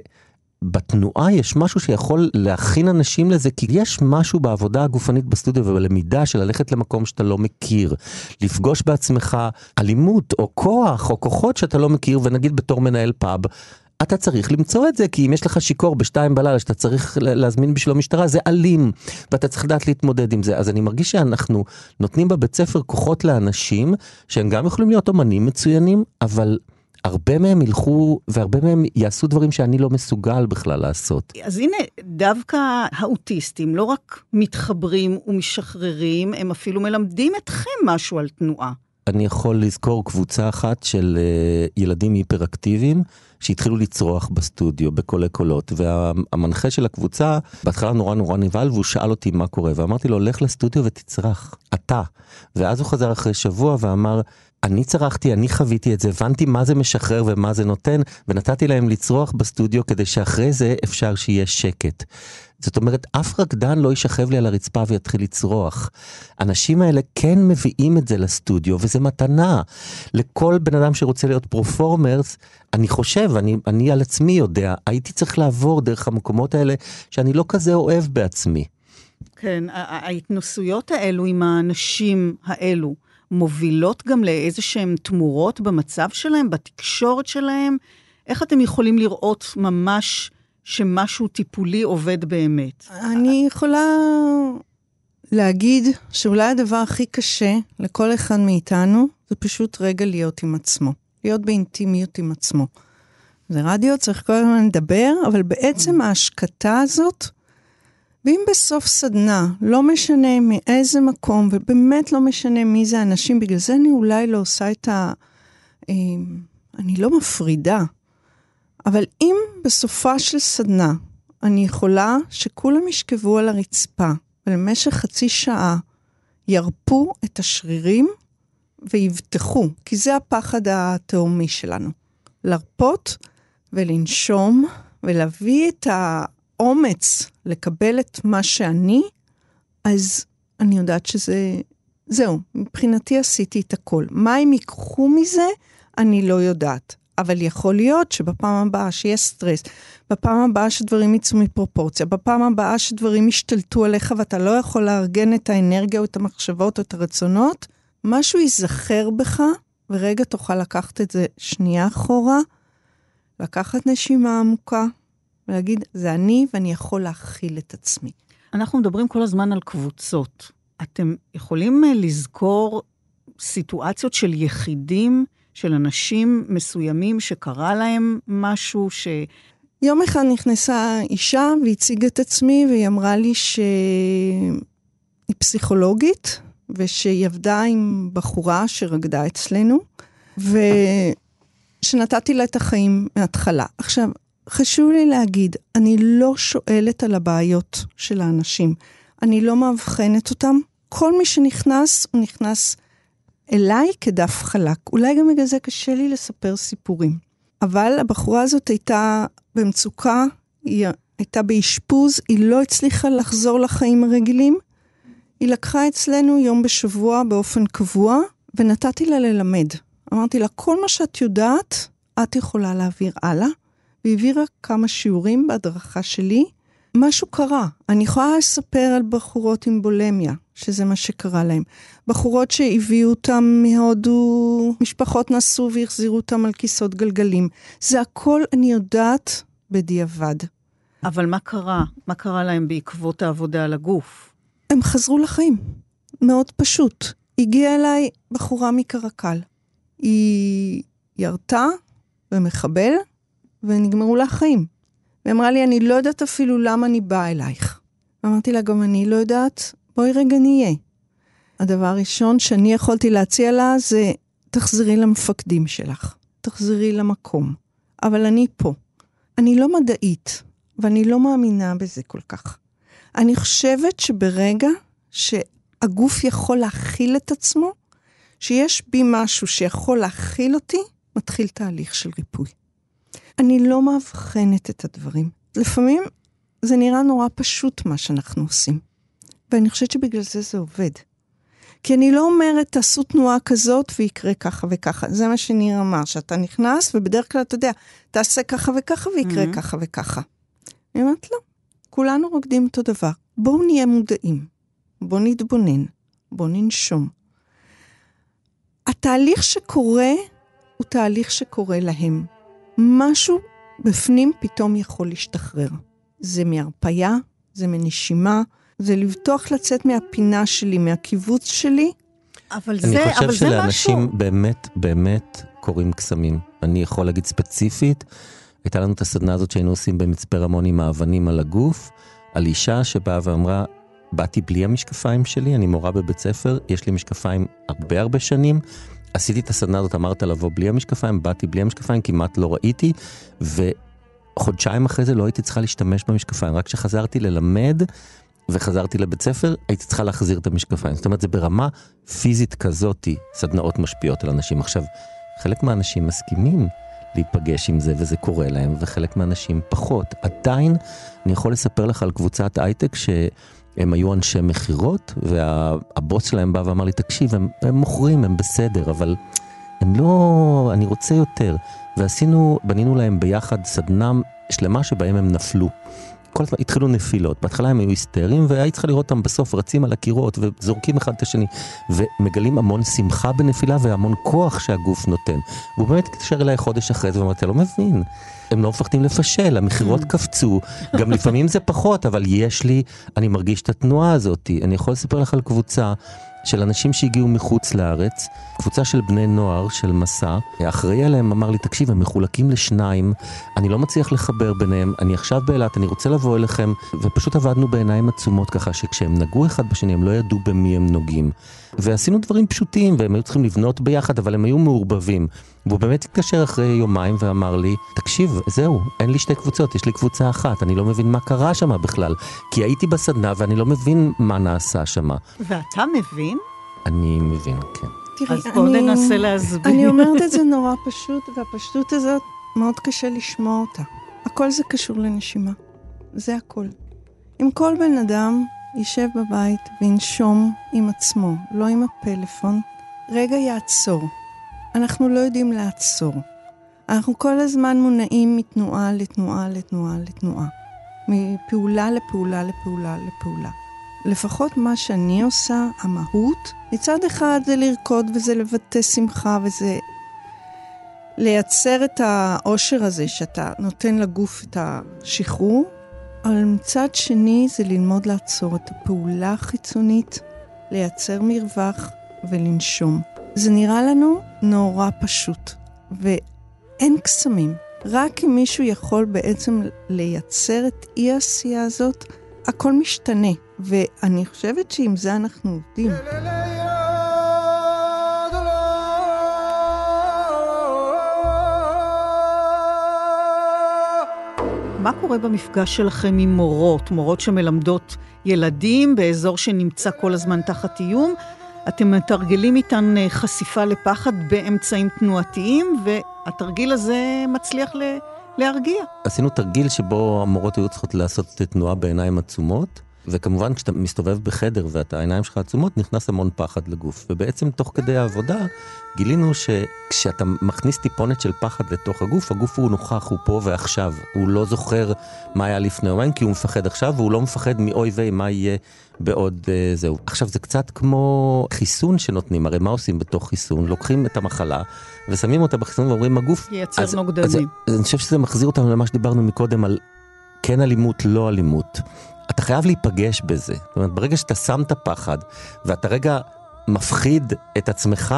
בתנועה יש משהו שיכול להכין אנשים לזה, כי יש משהו בעבודה הגופנית בסטודיו ובלמידה של ללכת למקום שאתה לא מכיר, לפגוש בעצמך אלימות או כוח או כוחות שאתה לא מכיר, ונגיד בתור מנהל פאב, אתה צריך למצוא את זה, כי אם יש לך שיקור בשתיים בלילה שאתה צריך להזמין בשביל המשטרה, זה אלים, ואתה צריך לדעת להתמודד עם זה. אז אני מרגיש שאנחנו נותנים בבית ספר כוחות לאנשים, שהם גם יכולים להיות אומנים מצוינים, אבל... הרבה מהם ילכו, והרבה מהם יעשו דברים שאני לא מסוגל בכלל לעשות. אז הנה, דווקא האוטיסטים לא רק מתחברים ומשחררים, הם אפילו מלמדים אתכם משהו על תנועה. אני יכול לזכור קבוצה אחת של ילדים היפראקטיביים, שהתחילו לצרוח בסטודיו, בקולי קולות, והמנחה של הקבוצה, בהתחלה נורא נורא נבהל, והוא שאל אותי מה קורה, ואמרתי לו, לך לסטודיו ותצרח, אתה. ואז הוא חזר אחרי שבוע ואמר, אני צרכתי, אני חוויתי את זה, הבנתי מה זה משחרר ומה זה נותן, ונתתי להם לצרוח בסטודיו כדי שאחרי זה אפשר שיהיה שקט. זאת אומרת, אף רקדן לא ישכב לי על הרצפה ויתחיל לצרוח. אנשים האלה כן מביאים את זה לסטודיו, וזה מתנה. לכל בן אדם שרוצה להיות פרופורמרס, אני חושב, אני, אני על עצמי יודע, הייתי צריך לעבור דרך המקומות האלה, שאני לא כזה אוהב בעצמי. כן, ההתנסויות האלו עם האנשים האלו, מובילות גם לאיזה שהם תמורות במצב שלהם, בתקשורת שלהם? איך אתם יכולים לראות ממש שמשהו טיפולי עובד באמת? אני יכולה להגיד שאולי הדבר הכי קשה לכל אחד מאיתנו, זה פשוט רגע להיות עם עצמו. להיות באינטימיות עם עצמו. זה רדיו, צריך כל הזמן לדבר, אבל בעצם ההשקטה הזאת, ואם בסוף סדנה, לא משנה מאיזה מקום, ובאמת לא משנה מי זה אנשים, בגלל זה אני אולי לא עושה את ה... אני לא מפרידה, אבל אם בסופה של סדנה, אני יכולה שכולם ישכבו על הרצפה, ולמשך חצי שעה ירפו את השרירים, ויבטחו, כי זה הפחד התאומי שלנו. לרפות ולנשום, ולהביא את ה... אומץ לקבל את מה שאני, אז אני יודעת שזה, זהו, מבחינתי עשיתי את הכל. מה הם ייקחו מזה, אני לא יודעת. אבל יכול להיות שבפעם הבאה שיהיה סטרס, בפעם הבאה שדברים יצאו מפרופורציה, בפעם הבאה שדברים ישתלטו עליך, ואתה לא יכול לארגן את האנרגיה או את המחשבות או את הרצונות, משהו ייזכר בך, ורגע תוכל לקחת את זה שנייה אחורה, לקחת נשימה עמוקה, ולהגיד, זה אני ואני יכול להכיל את עצמי. אנחנו מדברים כל הזמן על קבוצות. אתם יכולים לזכור סיטואציות של יחידים, של אנשים מסוימים שקרה להם משהו ש... יום אחד נכנסה אישה והציגה את עצמי, והיא אמרה לי שהיא פסיכולוגית, ושהיא עבדה עם בחורה שרגדה אצלנו, ושנתתי לה את החיים מההתחלה. עכשיו, חשוב לי להגיד, אני לא שואלת על הבעיות של האנשים. אני לא מאבחנת אותם. כל מי שנכנס, הוא נכנס אליי כדף חלק. אולי גם בגלל זה קשה לי לספר סיפורים. אבל הבחורה הזאת הייתה במצוקה, היא הייתה באשפוז, היא לא הצליחה לחזור לחיים הרגילים. היא לקחה אצלנו יום בשבוע באופן קבוע, ונתתי לה ללמד. אמרתי לה, כל מה שאת יודעת, את יכולה להעביר הלאה. והעבירה כמה שיעורים בהדרכה שלי. משהו קרה. אני יכולה לספר על בחורות עם בולמיה, שזה מה שקרה להם. בחורות שהביאו אותם מהודו, משפחות נסו והחזירו אותם על כיסאות גלגלים. זה הכל אני יודעת בדיעבד. אבל מה קרה? מה קרה להם בעקבות העבודה על הגוף? הם חזרו לחיים. מאוד פשוט. הגיעה אליי בחורה מקרקל. היא ירתה ומחבל, ונגמרו לה החיים. ואמרה לי, אני לא יודעת אפילו למה אני באה אלייך. ואמרתי לה, גם אני לא יודעת, בואי רגע נהיה. הדבר הראשון שאני יכולתי להציע לה, זה תחזרי למפקדים שלך. תחזרי למקום. אבל אני פה. אני לא מדעית, ואני לא מאמינה בזה כל כך. אני חושבת שברגע שהגוף יכול להכיל את עצמו, שיש בי משהו שיכול להכיל אותי, מתחיל תהליך של ריפוי. אני לא מאבחנת את הדברים. לפעמים זה נראה נורא פשוט מה שאנחנו עושים. ואני חושבת שבגלל זה זה עובד. כי אני לא אומרת, תעשו תנועה כזאת ויקרה ככה וככה. זה מה שניר אמר, שאתה נכנס ובדרך כלל אתה יודע, תעשה ככה וככה ויקרה mm-hmm. ככה וככה. אני אומרת, לא. כולנו רוקדים אותו דבר. בואו נהיה מודעים. בואו נתבונן. בואו ננשום. התהליך שקורה, הוא תהליך שקורה להם. משהו בפנים פתאום יכול להשתחרר. זה מהרפיה, זה מנשימה, זה לבטוח לצאת מהפינה שלי, מהקיבוץ שלי. אבל זה, אבל זה משהו. אני חושב שלאנשים באמת, באמת קוראים קסמים. אני יכול להגיד ספציפית, הייתה לנו את הסדנה הזאת שהיינו עושים במצפה רמון עם האבנים על הגוף, על אישה שבאה ואמרה, באתי בלי המשקפיים שלי, אני מורה בבית ספר, יש לי משקפיים הרבה הרבה שנים, עשיתי את הסדנה הזאת, אמרת לבוא בלי המשקפיים, באתי בלי המשקפיים, כמעט לא ראיתי, וחודשיים אחרי זה לא הייתי צריכה להשתמש במשקפיים, רק כשחזרתי ללמד, וחזרתי לבית ספר, הייתי צריכה להחזיר את המשקפיים. זאת אומרת, זה ברמה פיזית כזאת, סדנאות משפיעות על אנשים. עכשיו, חלק מהאנשים מסכימים להיפגש עם זה, וזה קורה להם, וחלק מהאנשים פחות. עדיין, אני יכול לספר לך על קבוצת הייטק, שהם היו אנשי מחירות, והבוס שלהם בא ואמר לי, תקשיב, הם, הם מוכרים, הם בסדר, אבל הם לא, אני רוצה יותר. ועשינו, בנינו להם ביחד סדנה שלמה שבהם הם נפלו. כל הזמן התחילו נפילות, בהתחלה הם היו היסטריים, והיית צריכה לראות אותם בסוף רצים על הקירות, וזורקים אחד את השני, ומגלים המון שמחה בנפילה, והמון כוח שהגוף נותן. והוא באמת התקשר אליי חודש אחרי זה, ואמרתי, לא מבין, הם לא מפחדים לפשל, המחירות קפצו, גם לפעמים זה פחות, אבל יש לי, אני מרגיש את התנועה הזאת. אני יכול לספר לך על קבוצה של אנשים שהגיעו מחוץ לארץ, קבוצה של בני נוער, של מסע, האחראי עליהם אמר לי, תקשיב, הם מחולקים לשניים, אני לא מצליח לחבר ביניהם, אני עכשיו באילת, אני רוצה לבוא אליכם, ופשוט עבדנו בעיניים עצומות ככה, שכשהם נגעו אחד בשני, הם לא ידעו במי הם נוגעים. ועשינו דברים פשוטים, והם היו צריכים לבנות ביחד, אבל הם היו מעורבבים. והוא באמת התקשר אחרי יומיים ואמר לי, תקשיב, זהו, אין לי שתי קבוצות, יש לי קבוצה אחת, אני לא מבין מה קרה שמה בכלל, כי הייתי בסדנה ואני לא מבין מה נעשה שמה. ואתה מבין? אני מבין, כן. תראי, אז בואו אני- ננסה להסביר. אני אומרת את זה נורא פשוט, והפשטות הזאת מאוד קשה לשמוע אותה. הכל זה קשור לנשימה. זה הכל. אם כל בן אדם יישב בבית וינשום עם עצמו, לא עם הפלאפון, רגע יעצור. אנחנו לא יודעים לעצור. אנחנו כל הזמן מונעים מתנועה לתנועה לתנועה לתנועה. מפעולה לפעולה לפעולה לפעולה. לפחות מה שאני עושה, המהות, מצד אחד זה לרקוד וזה לבטא שמחה וזה לייצר את האושר הזה שאתה נותן לגוף את השחרור, אבל מצד שני זה ללמוד לעצור את הפעולה החיצונית, לייצר מרווח ולנשום. זה נראה לנו נורא פשוט, ואין קסמים. רק אם מישהו יכול בעצם לייצר את אי העשייה הזאת, הכל משתנה. ואני חושבת שעם זה אנחנו עובדים. מה קורה במפגש שלכם עם מורות? מורות שמלמדות ילדים באזור שנמצא כל הזמן תחת איום? אתם מתרגלים איתן חשיפה לפחד באמצעים תנועתיים, והתרגיל הזה מצליח ל- להרגיע. עשינו תרגיל שבו המורות היו צריכות לעשות תנועה בעיניים עצומות, וכמובן כשאתה מסתובב בחדר ואת העיניים שלך עצומות, נכנס המון פחד לגוף. ובעצם תוך כדי העבודה גילינו שכשאתה מכניס טיפונת של פחד לתוך הגוף, הגוף הוא נוכח, הוא פה ועכשיו. הוא לא זוכר מה היה לפני יומיים, כי הוא מפחד עכשיו, והוא לא מפחד מאוי ואי מה יהיה בעוד uh, זהו. עכשיו זה קצת כמו חיסון שנותנים, הרי מה עושים בתוך חיסון? לוקחים את המחלה ושמים אותה בחיסון ואומרים הגוף... ייצר אז, נוגדנים. אז, אז אני חושב שזה מחזיר אותנו למה שדיברנו מקודם על כן אלימות, לא אלימות. אתה חייב להיפגש בזה. זאת אומרת, ברגע שאתה שם את הפחד, ואתה רגע מפחיד את עצמך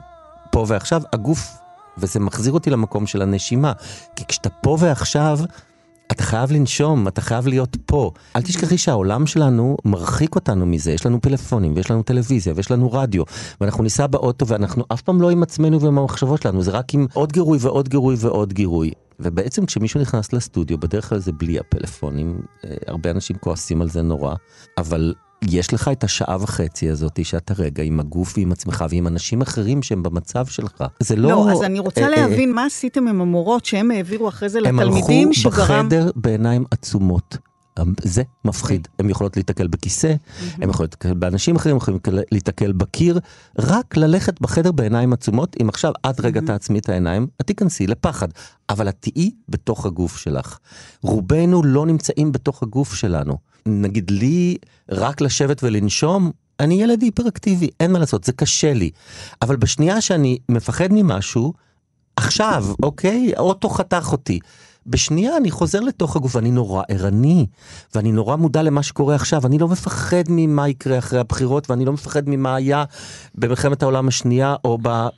פה ועכשיו, הגוף, וזה מחזיר אותי למקום של הנשימה. כי כשאתה פה ועכשיו, אתה חייב לנשום, אתה חייב להיות פה. אל תשכחי שהעולם שלנו מרחיק אותנו מזה. יש לנו פלאפונים, ויש לנו טלוויזיה, ויש לנו רדיו, ואנחנו ניסע באוטו, ואנחנו אף פעם לא עם עצמנו ועם המחשבות שלנו. זה רק עם עוד גירוי ועוד גירוי ועוד גירוי. ובעצם כשמישהו נכנס לסטודיו, בדרך כלל זה בלי הפלאפונים, הרבה אנשים כועסים על זה נורא, אבל יש לך את השעה וחצי הזאת שאתה רגע עם הגוף ועם עצמך ועם אנשים אחרים שהם במצב שלך. זה לא... לא, אז אני רוצה להבין מה עשיתם עם המורות שהם העבירו אחרי זה לתלמידים שגרם... הם הלכו בחדר בעיניים עצומות. זה מפחיד. הם יכולות להתקל בכיסא, הם יכולות להתקל באנשים אחרים, הם יכולים להתקל בקיר, רק ללכת בחדר בעיניים עצומות, אם עכשיו את רגע תעצמי את העיניים, את תיכנסי לפחד, אבל את תהיי בתוך הגוף שלך. רובנו לא נמצאים בתוך הגוף שלנו. נגיד לי, רק לשבת ולנשום, אני ילד היפראקטיבי, אין מה לעשות, זה קשה לי. אבל בשנייה שאני מפחד ממשהו, עכשיו, אוקיי, האוטו חתך אותי. בשנייה אני חוזר לתוך הגוף, אני נורא ערני, ואני נורא מודע למה שקורה עכשיו, אני לא מפחד ממה יקרה אחרי הבחירות, ואני לא מפחד ממה היה במלחמת העולם השנייה, או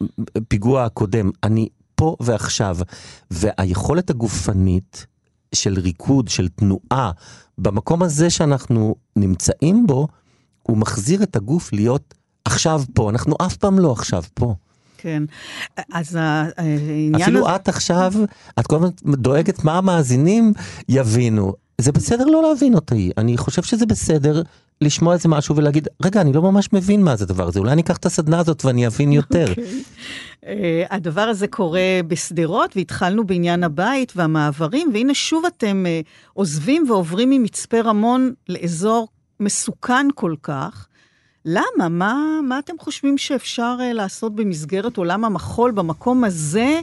בפיגוע הקודם. אני פה ועכשיו, והיכולת הגופנית של ריקוד, של תנועה, במקום הזה שאנחנו נמצאים בו, הוא מחזיר את הגוף להיות עכשיו פה, אנחנו אף פעם לא עכשיו פה. כן, אז העניין... אפילו את עכשיו, את כל הזמן דואגת מה המאזינים יבינו. זה בסדר לא להבין אותי, אני חושב שזה בסדר לשמוע איזה משהו ולהגיד, רגע, אני לא ממש מבין מה זה הדבר הזה, אולי אני אקח את הסדנה הזאת ואני אבין יותר. Okay. Uh, הדבר הזה קורה בסדרות, והתחלנו בעניין הבית והמעברים, והנה שוב אתם uh, עוזבים ועוברים ממצפה רמון לאזור מסוכן כל כך. למה? מה, מה אתם חושבים שאפשר uh, לעשות במסגרת עולם המחול, במקום הזה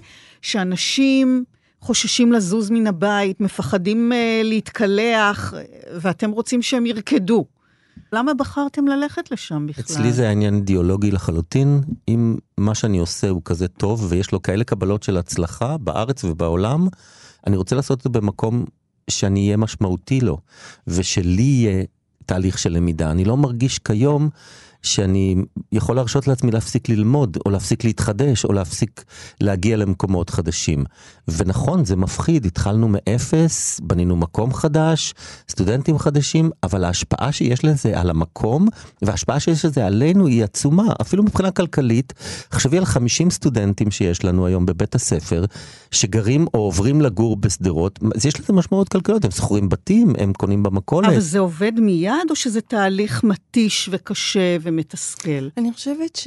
שאנשים חוששים לזוז מן הבית, מפחדים uh, להתקלח, ואתם רוצים שהם ירקדו? למה בחרתם ללכת לשם בכלל? אצלי זה העניין אידיאולוגי לחלוטין, אם מה שאני עושה הוא כזה טוב, ויש לו כאלה קבלות של הצלחה בארץ ובעולם, אני רוצה לעשות את זה במקום שאני אהיה משמעותי לו, ושלי יהיה תהליך של למידה. אני לא מרגיש כיום שאני יכול להרשות לעצמי להפסיק ללמוד, או להפסיק להתחדש, או להפסיק להגיע למקומות חדשים. ונכון, זה מפחיד, התחלנו מאפס, בנינו מקום חדש, סטודנטים חדשים, אבל ההשפעה שיש לזה על המקום, וההשפעה שיש לזה עלינו היא עצומה, אפילו מבחינה כלכלית. חשבי על חמישים סטודנטים שיש לנו היום בבית הספר, שגרים או עוברים לגור בסדרות, אז יש לזה משמעות כלכליות, הם שוכרים בתים, הם קונים במכולת. אבל זה עובד מיד, או שזה תהליך מתיש וקשה ומתסכל? אני חושבת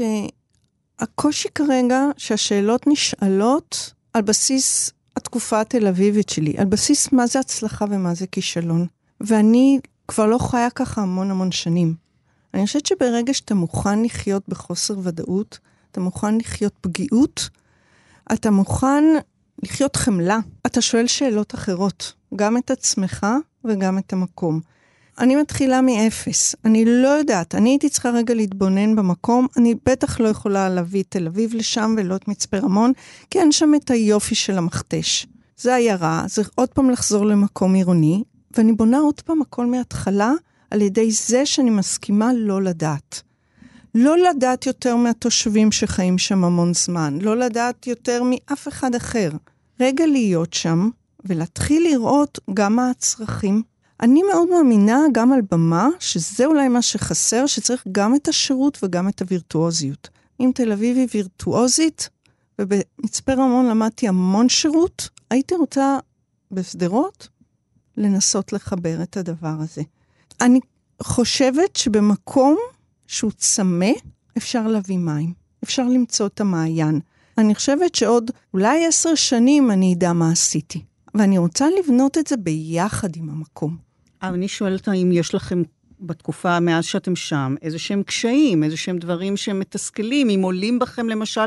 שהקושי כרגע שהשאלות נשאלות על בסיס התקופה התל אביבית שלי, על בסיס מה זה הצלחה ומה זה כישלון. ואני כבר לא חיה ככה המון המון שנים. אני חושבת שברגע שאתה מוכן לחיות בחוסר ודאות, אתה מוכן לחיות פגיעות, אתה מוכן לחיות חמלה, אתה שואל שאלות אחרות, גם את עצמך וגם את המקום. אני מתחילה מאפס, אני לא יודעת, אני הייתי צריכה רגע להתבונן במקום, אני בטח לא יכולה להביא תל אביב לשם ולא את מצפה רמון, כי אין שם את היופי של המכתש. זה עיירה, זה עוד פעם לחזור למקום עירוני, ואני בונה עוד פעם הכל מההתחלה, על ידי זה שאני מסכימה לא לדעת. לא לדעת יותר מהתושבים שחיים שם המון זמן, לא לדעת יותר מאף אחד אחר. רגע להיות שם, ולהתחיל לראות גם מה הצרכים. אני מאוד מאמינה גם על במה, שזה אולי מה שחסר, שצריך גם את השירות וגם את הווירטואוזיות. אם תל אביב היא וירטואוזית, ובמצפה רמון למדתי המון שירות, הייתי רוצה בסדרות לנסות לחבר את הדבר הזה. אני חושבת שבמקום שהוא צמא, אפשר להביא מים. אפשר למצוא את המעיין. אני חושבת שעוד אולי עשר שנים אני אדע מה עשיתי. ואני רוצה לבנות את זה ביחד עם המקום. אני שואלת אם יש לכם בתקופה מאז שאתם שם, איזה שהם קשיים, איזה שהם דברים שהם מתסכלים, אם עולים בכם למשל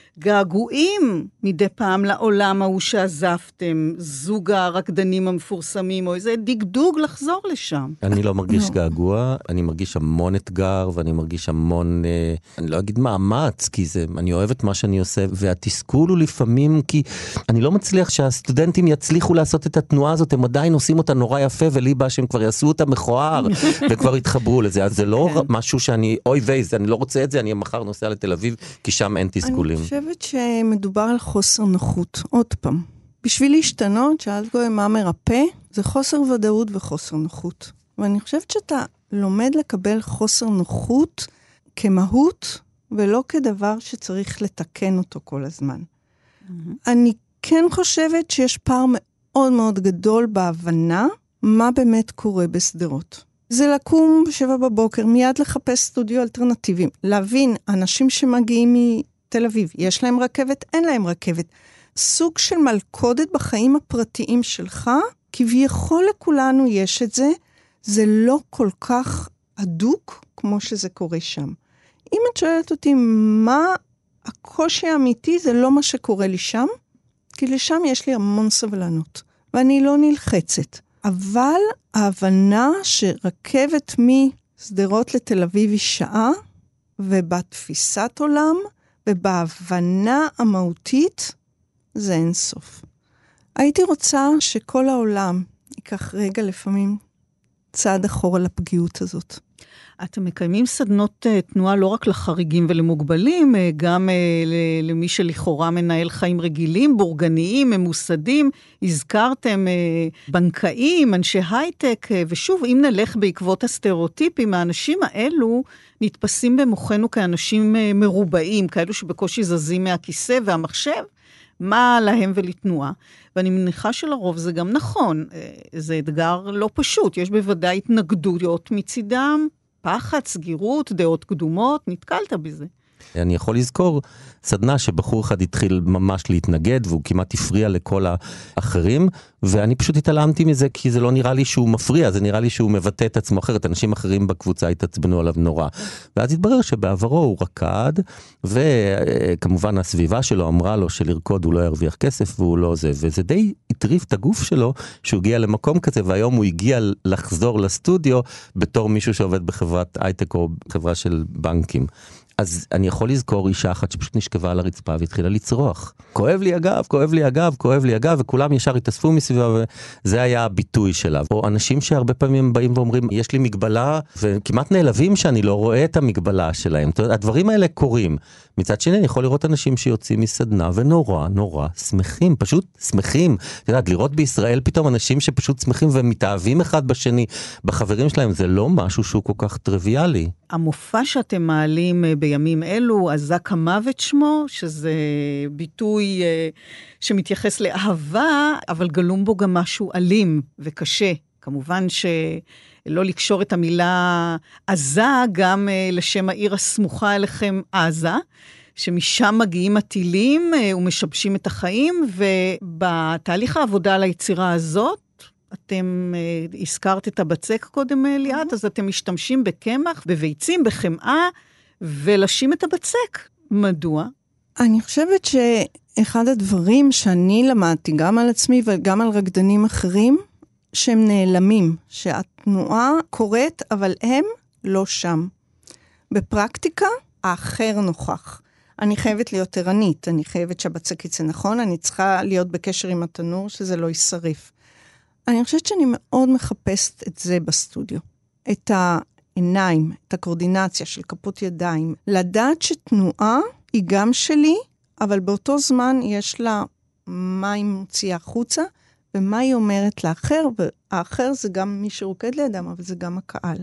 געגועים מדי פעם לעולם ההוא שעזבתם, זוג הרקדנים המפורסמים, או איזה דגדוג לחזור לשם. אני לא מרגיש געגוע, אני מרגיש המון אתגר, ואני מרגיש המון, אני לא אגיד מאמץ, כי זה, אני אוהב את מה שאני עושה, והתסכול הוא לפעמים, כי אני לא מצליח שהסטודנטים יצליחו לעשות את התנועה הזאת, הם עדיין עושים אותה נורא יפה, ולי בא שהם כבר יעשו אותה מכוער, וכבר יתחברו לזה, אז זה לא משהו שאני, אוי וייז, אני לא רוצה את זה, אני מחר נוסע לתל אביב, כי שם אין תסכולים. אני חושבת שמדובר על חוסר נוחות. עוד פעם, בשביל להשתנות, שאלת גוי מה מרפא, זה חוסר ודאות וחוסר נוחות. ואני חושבת שאתה לומד לקבל חוסר נוחות כמהות, ולא כדבר שצריך לתקן אותו כל הזמן. Mm-hmm. אני כן חושבת שיש פער מאוד מאוד גדול בהבנה, מה באמת קורה בסדרות. זה לקום בשבע בבוקר, מיד לחפש סטודיו אלטרנטיביים, להבין, אנשים שמגיעים מתל אביב, יש להם רכבת, אין להם רכבת. סוג של מלכודת בחיים הפרטיים שלך, כביכול לכולנו יש את זה, זה לא כל כך עדוק כמו שזה קורה שם. אם את שואלת אותי מה הקושי האמיתי, זה לא מה שקורה לי שם, כי לשם יש לי המון סבלנות, ואני לא נלחצת. אבל ההבנה שרכבת מסדרות לתל אביב היא שעה, ובתפיסת עולם, ובהבנה המהותית, זה אין סוף. הייתי רוצה שכל העולם ייקח רגע לפעמים צעד אחורה לפגיעות הזאת. אתם מקיימים סדנות תנועה לא רק לחריגים ולמוגבלים, גם למי שלכאורה מנהל חיים רגילים, בורגניים, ממוסדים, הזכרתם בנקאים, אנשי הייטק, ושוב, אם נלך בעקבות הסטריאוטיפים, האנשים האלו נתפסים במוחנו כאנשים מרובעים, כאלו שבקושי זזים מהכיסא והמחשב, מה להם ולתנועה, ואני מניחה שלרוב זה גם נכון, זה אתגר לא פשוט, יש בוודאי התנגדויות מצידם, פחד, סגירות, דעות קדומות, נתקלת בזה. אני יכול לזכור סדנה שבחור אחד התחיל ממש להתנגד, והוא כמעט הפריע לכל האחרים, ואני פשוט התעלמתי מזה, כי זה לא נראה לי שהוא מפריע, זה נראה לי שהוא מבטא את עצמו אחרת, אנשים אחרים בקבוצה התעצבנו עליו נורא. ואז התברר שבעברו הוא רקד, וכמובן הסביבה שלו אמרה לו שלרקוד הוא לא ירוויח כסף, והוא לא זה, וזה די הטריף את הגוף שלו, שהוא הגיע למקום כזה, והיום הוא הגיע לחזור לסטודיו, בתור מישהו שעובד בחברת הייטק או חברה של בנקים. אז אני יכול לזכור אישה אחת שפשוט נשכבה על הרצפה והתחילה לצרוח. כואב לי אגב, כואב לי אגב, כואב לי אגב, וכולם ישר התאספו מסביבה, וזה היה הביטוי שלה. או אנשים שהרבה פעמים באים ואומרים, יש לי מגבלה, וכמעט נעלבים שאני לא רואה את המגבלה שלהם. הדברים האלה קורים. מצד שני, אני יכול לראות אנשים שיוצאים מסדנה, ונורא, נורא שמחים, פשוט שמחים. את יודעת, לראות בישראל פתאום אנשים שפשוט שמחים ומתאהבים אחד בשני, בחברים שלהם, זה לא משהו שהוא כל כך טריוויאלי. המופע שאתם מעלים בימים אלו, אזק המוות שמו, שזה ביטוי שמתייחס לאהבה, אבל גלום בו גם משהו אלים וקשה. כמובן שלא לקשור את המילה עזה, גם לשם העיר הסמוכה אליכם עזה, שמשם מגיעים הטילים ומשבשים את החיים, ובתהליך העבודה על היצירה הזאת, אתם uh, הזכרת את הבצק קודם ליאת, אז אתם משתמשים בקמח, בביצים, בחמאה, ולשים את הבצק. מדוע? אני חושבת שאחד הדברים שאני למדתי, גם על עצמי וגם על רקדנים אחרים, שהם נעלמים, שהתנועה קורית, אבל הם לא שם. בפרקטיקה, האחר נוכח. אני חייבת להיות ערנית, אני חייבת שהבצק יצא נכון, אני צריכה להיות בקשר עם התנור, שזה לא יישרף. אני חושבת שאני מאוד מחפשת את זה בסטודיו. את העיניים, את הקורדינציה של כפות ידיים. לדעת שתנועה היא גם שלי, אבל באותו זמן יש לה מה היא מוציאה החוצה, ומה היא אומרת לאחר, והאחר זה גם מי שרוקד לידם, אבל זה גם הקהל.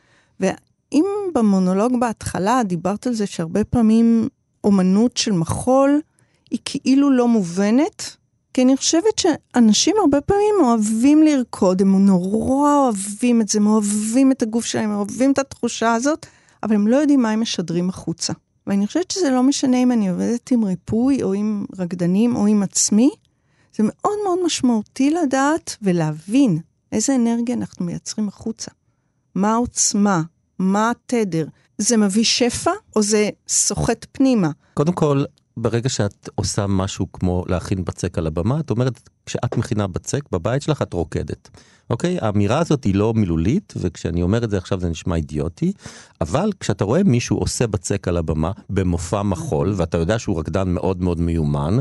ואם במונולוג בהתחלה דיברת על זה שהרבה פעמים אומנות של מחול היא כאילו לא מובנת, כי אני חושבת שאנשים הרבה פעמים אוהבים לרקוד, הם נורא אוהבים את זה, הם אוהבים את הגוף שלהם, הם אוהבים את התחושה הזאת, אבל הם לא יודעים מה הם משדרים החוצה. ואני חושבת שזה לא משנה אם אני עובדת עם ריפוי, או עם רקדנים, או עם עצמי, זה מאוד מאוד משמעותי לדעת ולהבין איזה אנרגיה אנחנו מייצרים החוצה. מה העוצמה, מה התדר, זה מביא שפע, או זה סוחט פנימה? קודם כל, ברגע שאת עושה משהו כמו להכין בצק על הבמה, את אומרת, כשאת מכינה בצק בבית שלך, את רוקדת. אוקיי? האמירה הזאת היא לא מילולית, וכשאני אומר את זה עכשיו זה נשמע אידיוטי, אבל כשאתה רואה מישהו עושה בצק על הבמה, במופע מחול, ואתה יודע שהוא רקדן מאוד מאוד מיומן,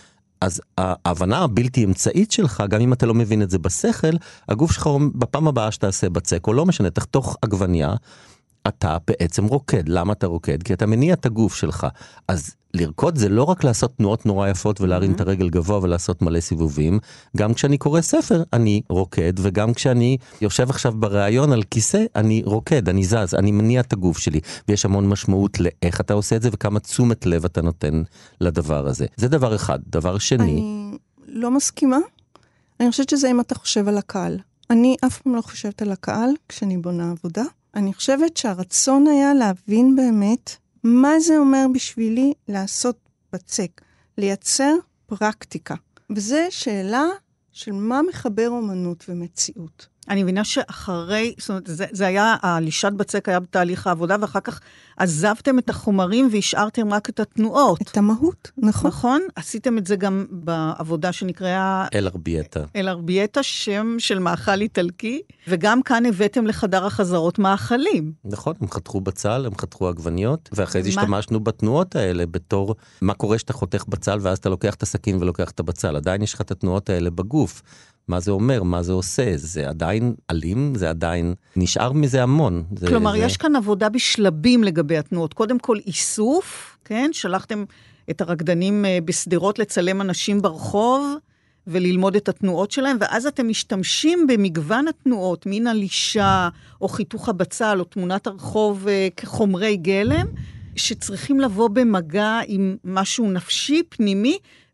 אז ההבנה הבלתי אמצעית שלך, גם אם אתה לא מבין את זה בשכל, הגוף שלך בפעם הבאה שתעשה בצק, או לא משנה, תחתוך עגבניה, אתה בעצם רוקד. למה אתה רוקד? כי אתה מניע את הגוף שלך. אז לרקוד זה לא רק לעשות תנועות נורא יפות ולהרים את הרגל גבוה ולעשות מלא סיבובים. גם כשאני קורא ספר, אני רוקד, וגם כשאני יושב עכשיו בראיון על כיסא, אני רוקד, אני זז, אני מניע את הגוף שלי. ויש המון משמעות לאיך אתה עושה את זה, וכמה תשומת לב אתה נותן לדבר הזה. זה דבר אחד. דבר שני... אני לא מסכימה. אני חושבת שזה אם אתה חושב על הקהל. אני אף פעם לא חושבת על הקהל כשאני בונה עבודה. אני חושבת שהרצון היה להבין באמת מה זה אומר בשבילי לעשות בצק, לייצר פרקטיקה. וזו שאלה של מה מחבר אומנות ומציאות. אני מבינה שאחרי, זאת אומרת, זה, זה היה, הלישת בצק היה בתהליך העבודה, ואחר כך עזבתם את החומרים והשארתם רק את התנועות. את המהות, נכון. נכון? עשיתם את זה גם בעבודה שנקראה... אל ארבייטה. אל ארבייטה, שם של מאכל איטלקי, וגם כאן הבאתם לחדר החזרות מאכלים. נכון, הם חתכו בצל, הם חתכו עגבניות, ואחרי זה השתמשנו בתנועות האלה, בתור מה קורה שאתה חותך בצל, ואז אתה לוקח את הסכין ולוקח את הבצל. עדיין יש לך את התנועות האלה בגוף. מה זה אומר, מה זה עושה, זה עדיין אלים, זה עדיין נשאר מזה המון. זה, כלומר, זה... יש כאן עבודה בשלבים לגבי התנועות. קודם כל איסוף, כן? שלחתם את הרקדנים בסדרות לצלם אנשים ברחוב, וללמוד את התנועות שלהם, ואז אתם משתמשים במגוון התנועות, מן הלישה, או חיתוך הבצל, או תמונת הרחוב כחומרי גלם, שצריכים לבוא במגע עם משהו נפשי, פנימי,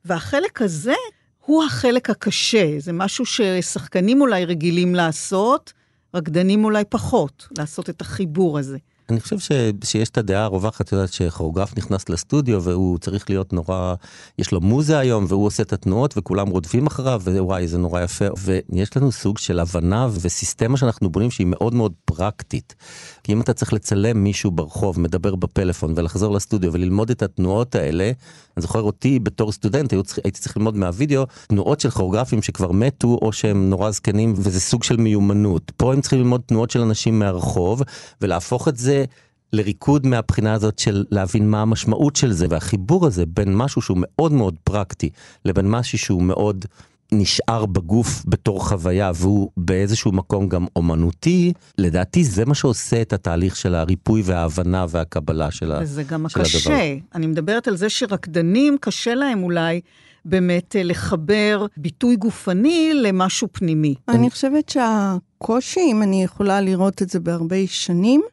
והחלק הזה הוא החלק הקשה, זה משהו ששחקנים אולי רגילים לעשות, רקדנים אולי פחות, לעשות את החיבור הזה. אני חושב ש, שיש את הדעה הרווחת, את יודעת שכוריאוגרף נכנס לסטודיו, והוא צריך להיות נורא, יש לו מוזה היום, והוא עושה את התנועות, וכולם רודפים אחריו, ווואי, זה נורא יפה. ויש לנו סוג של הבנה וסיסטמה שאנחנו בונים, שהיא מאוד מאוד פרקטית. כי אם אתה צריך לצלם מישהו ברחוב, מדבר בפלאפון, ולחזור לסטודיו, וללמוד את התנועות האלה, אני זוכר אותי בתור סטודנט, הייתי צריך ללמוד מהווידאו, תנועות של כוריאוגרפים שכבר מתו, או שהם נורא זקנים, וזה סוג של מיומנות. פה הם צריכים ללמוד תנועות של אנשים מהרחוב, ולהפוך את זה לריקוד מהבחינה הזאת של להבין מה המשמעות של זה, והחיבור הזה בין משהו שהוא מאוד מאוד פרקטי, לבין משהו שהוא מאוד נשאר בגוף בתור חוויה, והוא באיזשהו מקום גם אומנותי, לדעתי זה מה שעושה את התהליך של הריפוי וההבנה והקבלה של הדבר. וזה גם הקשה. אני מדברת על זה שרקדנים קשה להם אולי באמת לחבר ביטוי גופני למשהו פנימי. אני חושבת שהקושי, אם אני יכולה לראות את זה בהרבה שנים,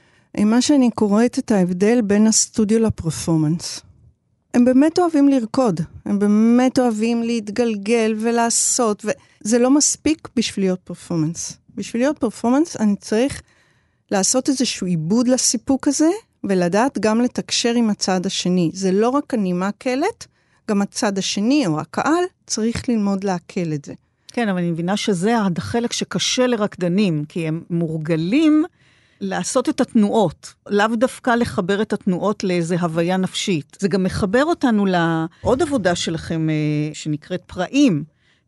מה שאני קוראת את ההבדל בין הסטודיו לפרפורמנס. הם באמת אוהבים לרקוד, הם באמת אוהבים להתגלגל ולעשות, וזה לא מספיק בשביל להיות פרפורמנס. בשביל להיות פרפורמנס אני צריך לעשות איזשהו עיבוד לסיפוק הזה, ולדעת גם לתקשר עם הצד השני. זה לא רק אני מעכלת, גם הצד השני או הקהל צריך ללמוד להקל את זה. כן, אבל אני מבינה שזה החלק שקשה לרקדנים, כי הם מורגלים לעשות את התנועות, לאו דווקא לחבר את התנועות לאיזו הוויה נפשית. זה גם מחבר אותנו לעוד עבודה שלכם שנקראת פראים,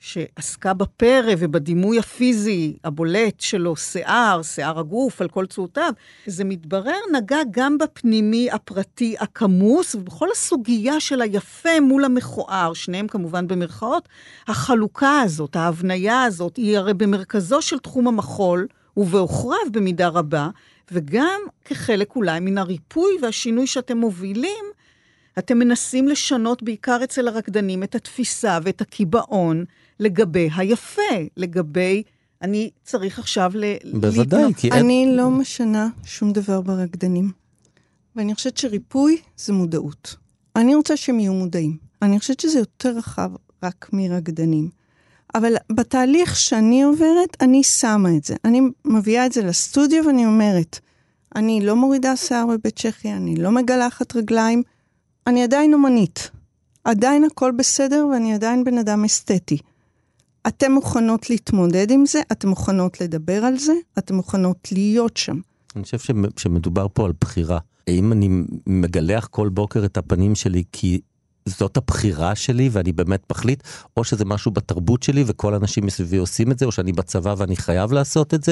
שעסקה בפרא ובדימוי הפיזי הבולט שלו, שיער, שיער הגוף על כל צורותיו. זה מתברר נגע גם בפנימי הפרטי הכמוס, ובכל הסוגיה של היפה מול המכוער, שניהם כמובן במרכאות, החלוקה הזאת, ההבניה הזאת, היא הרי במרכזו של תחום המחול, ובאוכריו במידה רבה, וגם כחלק אולי מן הריפוי והשינוי שאתם מובילים, אתם מנסים לשנות בעיקר אצל הרקדנים את התפיסה ואת הקיבעון לגבי היפה, לגבי אני צריך עכשיו ל... בוודאי, כי... אני לא משנה שום דבר ברקדנים, ואני חושבת שריפוי זה מודעות. אני רוצה שהם יהיו מודעים. אני חושבת שזה יותר רחב רק מרקדנים. אבל בתהליך שאני עוברת, אני שמה את זה. אני מביאה את זה לסטודיו ואני אומרת, אני לא מורידה שיער בבית צ'כי, אני לא מגלחת רגליים, אני עדיין אומנית. עדיין הכל בסדר ואני עדיין בן אדם אסתטי. אתם מוכנות להתמודד עם זה, אתם מוכנות לדבר על זה, אתם מוכנות להיות שם. אני חושב שמדובר פה על בחירה. אם אני מגלח כל בוקר את הפנים שלי כי זאת הבחירה שלי ואני באמת מחליט, או שזה משהו בתרבות שלי וכל האנשים מסביבי עושים את זה, או שאני בצבא ואני חייב לעשות את זה,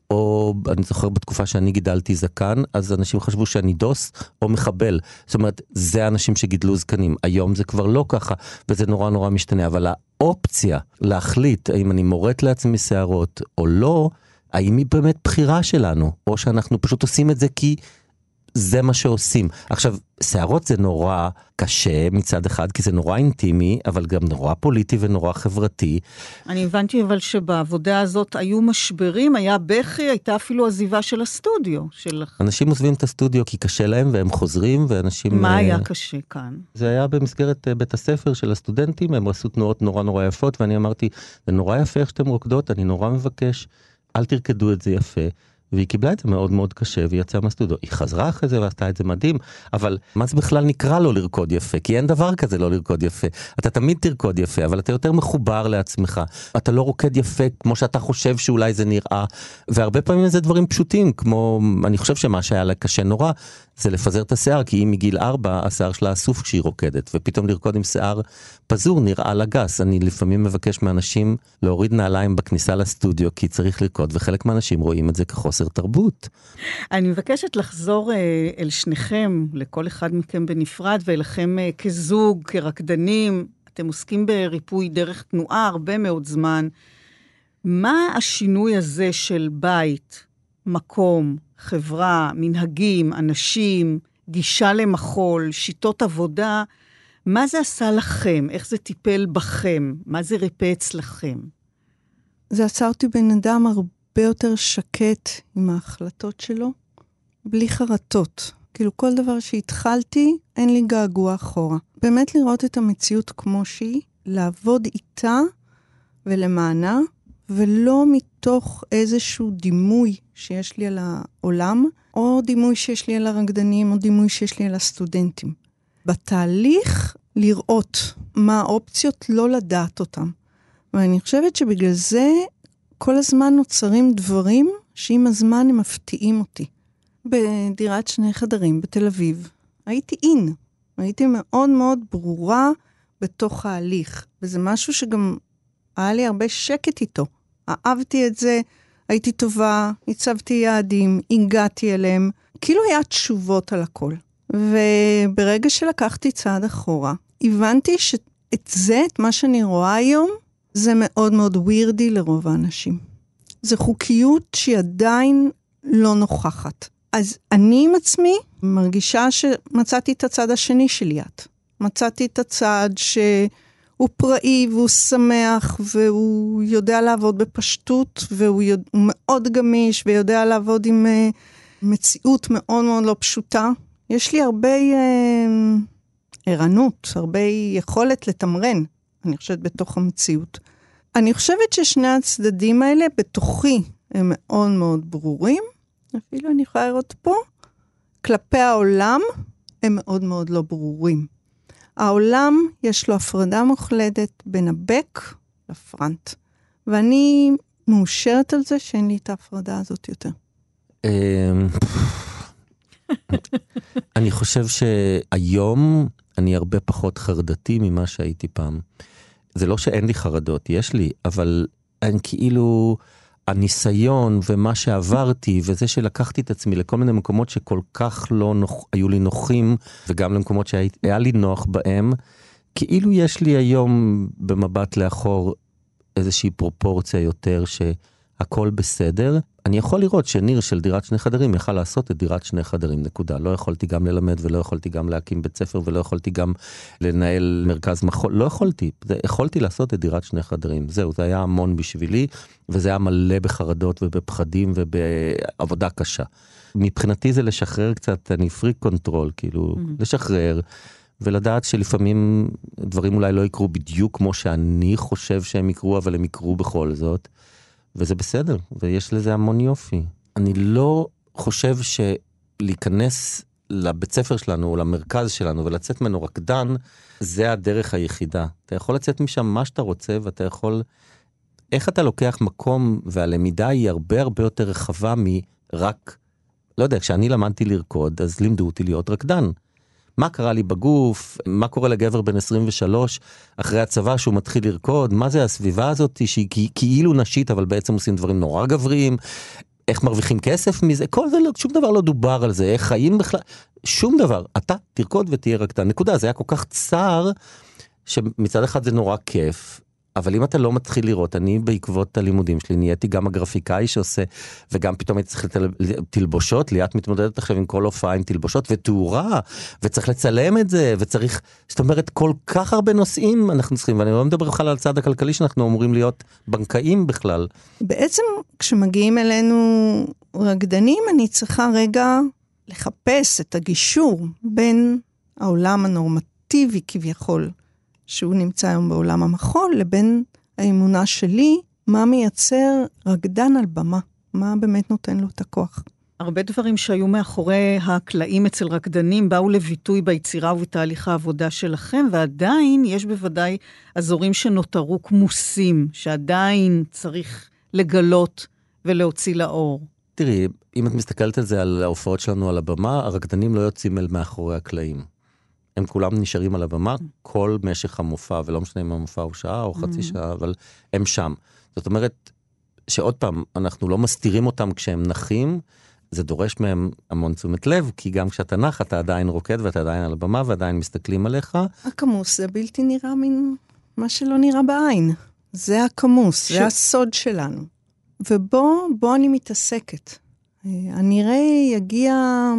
או אני זוכר בתקופה שאני גידלתי זקן, אז אנשים חשבו שאני דוס או מחבל. זאת אומרת, זה האנשים שגידלו זקנים. היום זה כבר לא ככה, וזה נורא נורא משתנה, אבל האופציה להחליט האם אני מורת לעצמי שערות או לא, האם היא באמת בחירה שלנו, או שאנחנו פשוט עושים את זה כי זה מה שעושים. עכשיו, שערות זה נורא קשה מצד אחד, כי זה נורא אינטימי, אבל גם נורא פוליטי ונורא חברתי. אני הבנתי אבל שבעבודה הזאת היו משברים, היה בכי, הייתה אפילו עזיבה של הסטודיו. של... אנשים עוזבים את הסטודיו כי קשה להם והם חוזרים, ואנשים... מה היה קשה כאן? זה היה במסגרת בית הספר של הסטודנטים, הם עשו תנועות נורא נורא יפות, ואני אמרתי, זה נורא יפה איך שאתם רוקדות, אני נורא מבקש, אל תרקדו את זה יפה. והיא קיבלה את זה מאוד מאוד קשה, והיא יצאה מהסטודיו. היא חזרה אחרי זה ועשתה את זה מדהים, אבל מה זה בכלל נקרא לא לרקוד יפה? כי אין דבר כזה לא לרקוד יפה. אתה תמיד תרקוד יפה, אבל אתה יותר מחובר לעצמך. אתה לא רוקד יפה כמו שאתה חושב שאולי זה נראה, והרבה פעמים זה דברים פשוטים, כמו, אני חושב שמה שהיה לה קשה נורא, זה לפזר את השיער, כי היא מגיל ארבע, השיער שלה אסוף כשהיא רוקדת, ופתאום לרקוד עם שיער פזור נראה לגס. אני לפעמים מבקש מאנשים להוריד נעליים בכניסה לסטודיו, כי צריך לרקוד, וחלק מהאנשים רואים את זה כחוסר תרבות. אני מבקשת לחזור אל שניכם, לכל אחד מכם בנפרד, ואליכם כזוג, כרקדנים. אתם עוסקים בריפוי דרך תנועה הרבה מאוד זמן. מה השינוי הזה של בית, מקום, חברה, מנהגים, אנשים, גישה למחול, שיטות עבודה, מה זה עשה לכם? איך זה טיפל בכם? מה זה ריפא אצלכם? זה עשה אותי בן אדם הרבה יותר שקט עם ההחלטות שלו, בלי חרטות. כאילו כל דבר שהתחלתי, אין לי געגוע אחורה. באמת לראות את המציאות כמו שהיא, לעבוד איתה ולמענה, ולא מתוך איזשהו דימוי שיש לי על העולם, או דימוי שיש לי על הרקדנים, או דימוי שיש לי על הסטודנטים. בתהליך לראות מה האופציות, לא לדעת אותם. ואני חושבת שבגלל זה כל הזמן נוצרים דברים שעם הזמן הם מפתיעים אותי. בדירת שני חדרים בתל אביב, הייתי אין. הייתי מאוד מאוד ברורה בתוך ההליך. וזה משהו שגם היה לי הרבה שקט איתו. אהבתי את זה, הייתי טובה, הצבתי יעדים, הגעתי אליהם. כאילו היה תשובות על הכל. וברגע שלקחתי צעד אחורה, הבנתי שאת זה, את מה שאני רואה היום, זה מאוד מאוד ווירדי לרוב האנשים. זו חוקיות שהיא עדיין לא נוכחת. אז אני עם עצמי מרגישה שמצאתי את הצד השני של יד. מצאתי את הצד שהוא פראי והוא שמח והוא יודע לעבוד בפשטות והוא יודע, מאוד גמיש ויודע לעבוד עם uh, מציאות מאוד מאוד לא פשוטה. יש לי הרבה uh, ערנות, הרבה יכולת לתמרן, אני חושבת, בתוך המציאות. אני חושבת ששני הצדדים האלה בתוכי הם מאוד מאוד ברורים, אפילו אני יכולה לראות פה, כלפי העולם הם מאוד מאוד לא ברורים. העולם יש לו הפרדה מוחלטת בין הבק לפרנט, ואני מאושרת על זה שאין לי את ההפרדה הזאת יותר. אני חושב שהיום אני הרבה פחות חרדתי ממה שהייתי פעם. זה לא שאין לי חרדות, יש לי, אבל אני כאילו, הניסיון ומה שעברתי, וזה שלקחתי את עצמי לכל מיני מקומות שכל כך לא נוח, היו לי נוחים, וגם למקומות שהיה לי נוח בהם, כאילו יש לי היום במבט לאחור איזושהי פרופורציה יותר שהכל בסדר. אני יכול לראות שניר של דירת שני חדרים יכל לעשות את דירת שני חדרים, נקודה. לא יכולתי גם ללמד ולא יכולתי גם להקים בית ספר ולא יכולתי גם לנהל מרכז מחול, לא יכולתי. זה, יכולתי לעשות את דירת שני חדרים. זהו, זה היה המון בשבילי, וזה היה מלא בחרדות ובפחדים ובעבודה קשה. מבחינתי זה לשחרר קצת, אני פריק קונטרול, כאילו, mm-hmm. לשחרר, ולדעת שלפעמים דברים אולי לא יקרו בדיוק כמו שאני חושב שהם יקרו, אבל הם יקרו בכל זאת. וזה בסדר, ויש לזה המון יופי. אני לא חושב שלהיכנס לבית ספר שלנו, או למרכז שלנו, ולצאת ממנו רקדן, זה הדרך היחידה. אתה יכול לצאת משם מה שאתה רוצה, ואתה יכול... איך אתה לוקח מקום, והלמידה היא הרבה הרבה יותר רחבה מרק... לא יודע, כשאני למדתי לרקוד, אז לימדו אותי להיות רקדן. מה קרה לי בגוף, מה קורה לגבר בן עשרים ושלוש אחרי הצבא שהוא מתחיל לרקוד, מה זה הסביבה הזאת שהיא כאילו נשית אבל בעצם עושים דברים נורא גבריים, איך מרוויחים כסף מזה, כל זה, שום דבר לא דובר על זה, איך חיים בכלל, שום דבר, אתה תרקוד ותהיה רקדן, נקודה, זה היה כל כך צער, שמצד אחד זה נורא כיף, אבל אם אתה לא מתחיל לראות, אני בעקבות הלימודים שלי נהייתי גם הגרפיקאי שעושה, וגם פתאום הייתי צריך תלבושות, ליאת מתמודדת עכשיו עם כל הופעה עם תלבושות ותאורה, וצריך לצלם את זה, וצריך, זאת אומרת, כל כך הרבה נושאים אנחנו צריכים, ואני לא מדבר בכלל על הצד הכלכלי שאנחנו אמורים להיות בנקאים בכלל. בעצם כשמגיעים אלינו רקדנים, אני צריכה רגע לחפש את הגישור בין העולם הנורמטיבי כביכול, שהוא נמצא היום בעולם המחול, לבין האמונה שלי, מה מייצר רקדן על במה, מה באמת נותן לו את הכוח. הרבה דברים שהיו מאחורי הקלעים אצל רקדנים, באו לביטוי ביצירה ובתהליך העבודה שלכם, ועדיין יש בוודאי אזורים שנותרו כמוסים, שעדיין צריך לגלות ולהוציא לאור. תראי, אם את מסתכלת על זה, על ההופעות שלנו על הבמה, הרקדנים לא יוצאים אל מאחורי הקלעים. הם כולם נשארים על הבמה, כל משך המופע, ולא משנה אם המופע הוא שעה או חצי שעה, אבל הם שם. זאת אומרת, שעוד פעם, אנחנו לא מסתירים אותם כשהם נחים, זה דורש מהם המון תשומת לב, כי גם כשאתה נח, אתה עדיין רוקד, ואתה עדיין על הבמה, ועדיין מסתכלים עליך. הכמוס זה בלתי נראה מן מה שלא נראה בעין. זה הכמוס, ש... זה הסוד שלנו. ובו, בו אני מתעסקת. הנראה יגיע,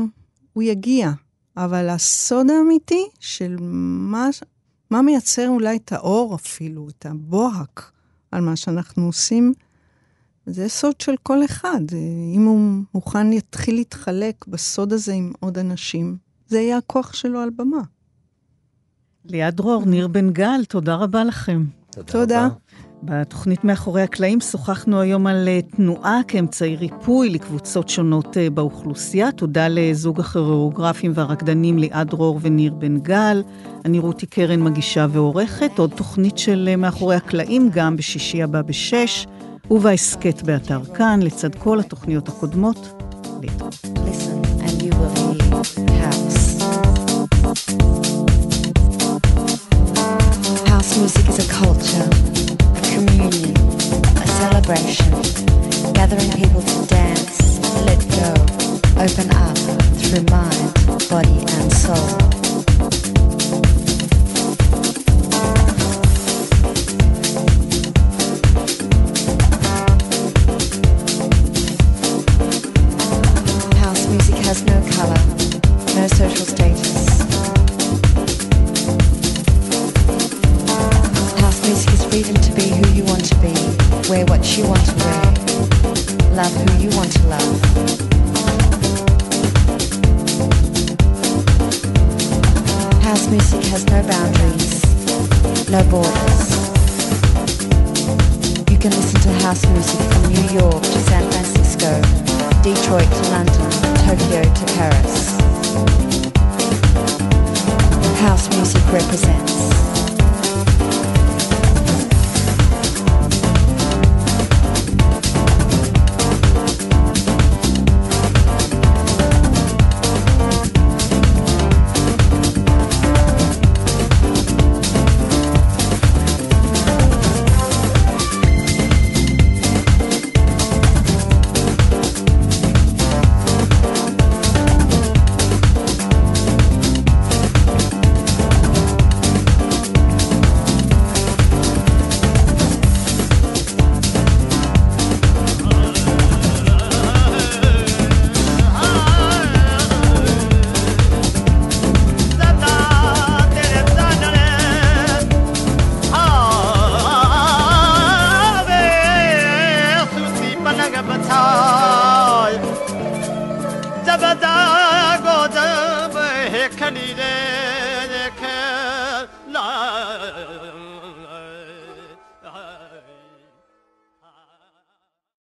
הוא יגיע. אבל הסוד האמיתי של מה, מה מייצר אולי את האור אפילו, את הבוהק על מה שאנחנו עושים, זה סוד של כל אחד. אם הוא מוכן להתחיל להתחלק בסוד הזה עם עוד אנשים, זה יהיה הכוח שלו על במה. ליעד דרור, ניר בן גל, תודה רבה לכם. תודה. תודה. רבה. בתוכנית מאחורי הקלעים שוחחנו היום על תנועה כאמצעי ריפוי לקבוצות שונות באוכלוסייה. תודה לזוג הכוריאוגרפים והרקדנים ליעד דרור וניר בן גל. אני רותי קרן מגישה ועורכת. עוד תוכנית של מאחורי הקלעים גם בשישי הבא בשש, ובהסקט באתר כאן, לצד כל התוכניות הקודמות. להתראות. Listen and you will hear house. House music is a culture, a communion, a celebration, gathering people to dance, let go, open up through mind, body and soul. House music has no color, no social status. Music is freedom to be who you want to be, wear what you want to wear, love who you want to love. House music has no boundaries, no borders. You can listen to house music from New York to San Francisco, Detroit to London, Tokyo to Paris. House music represents Candy,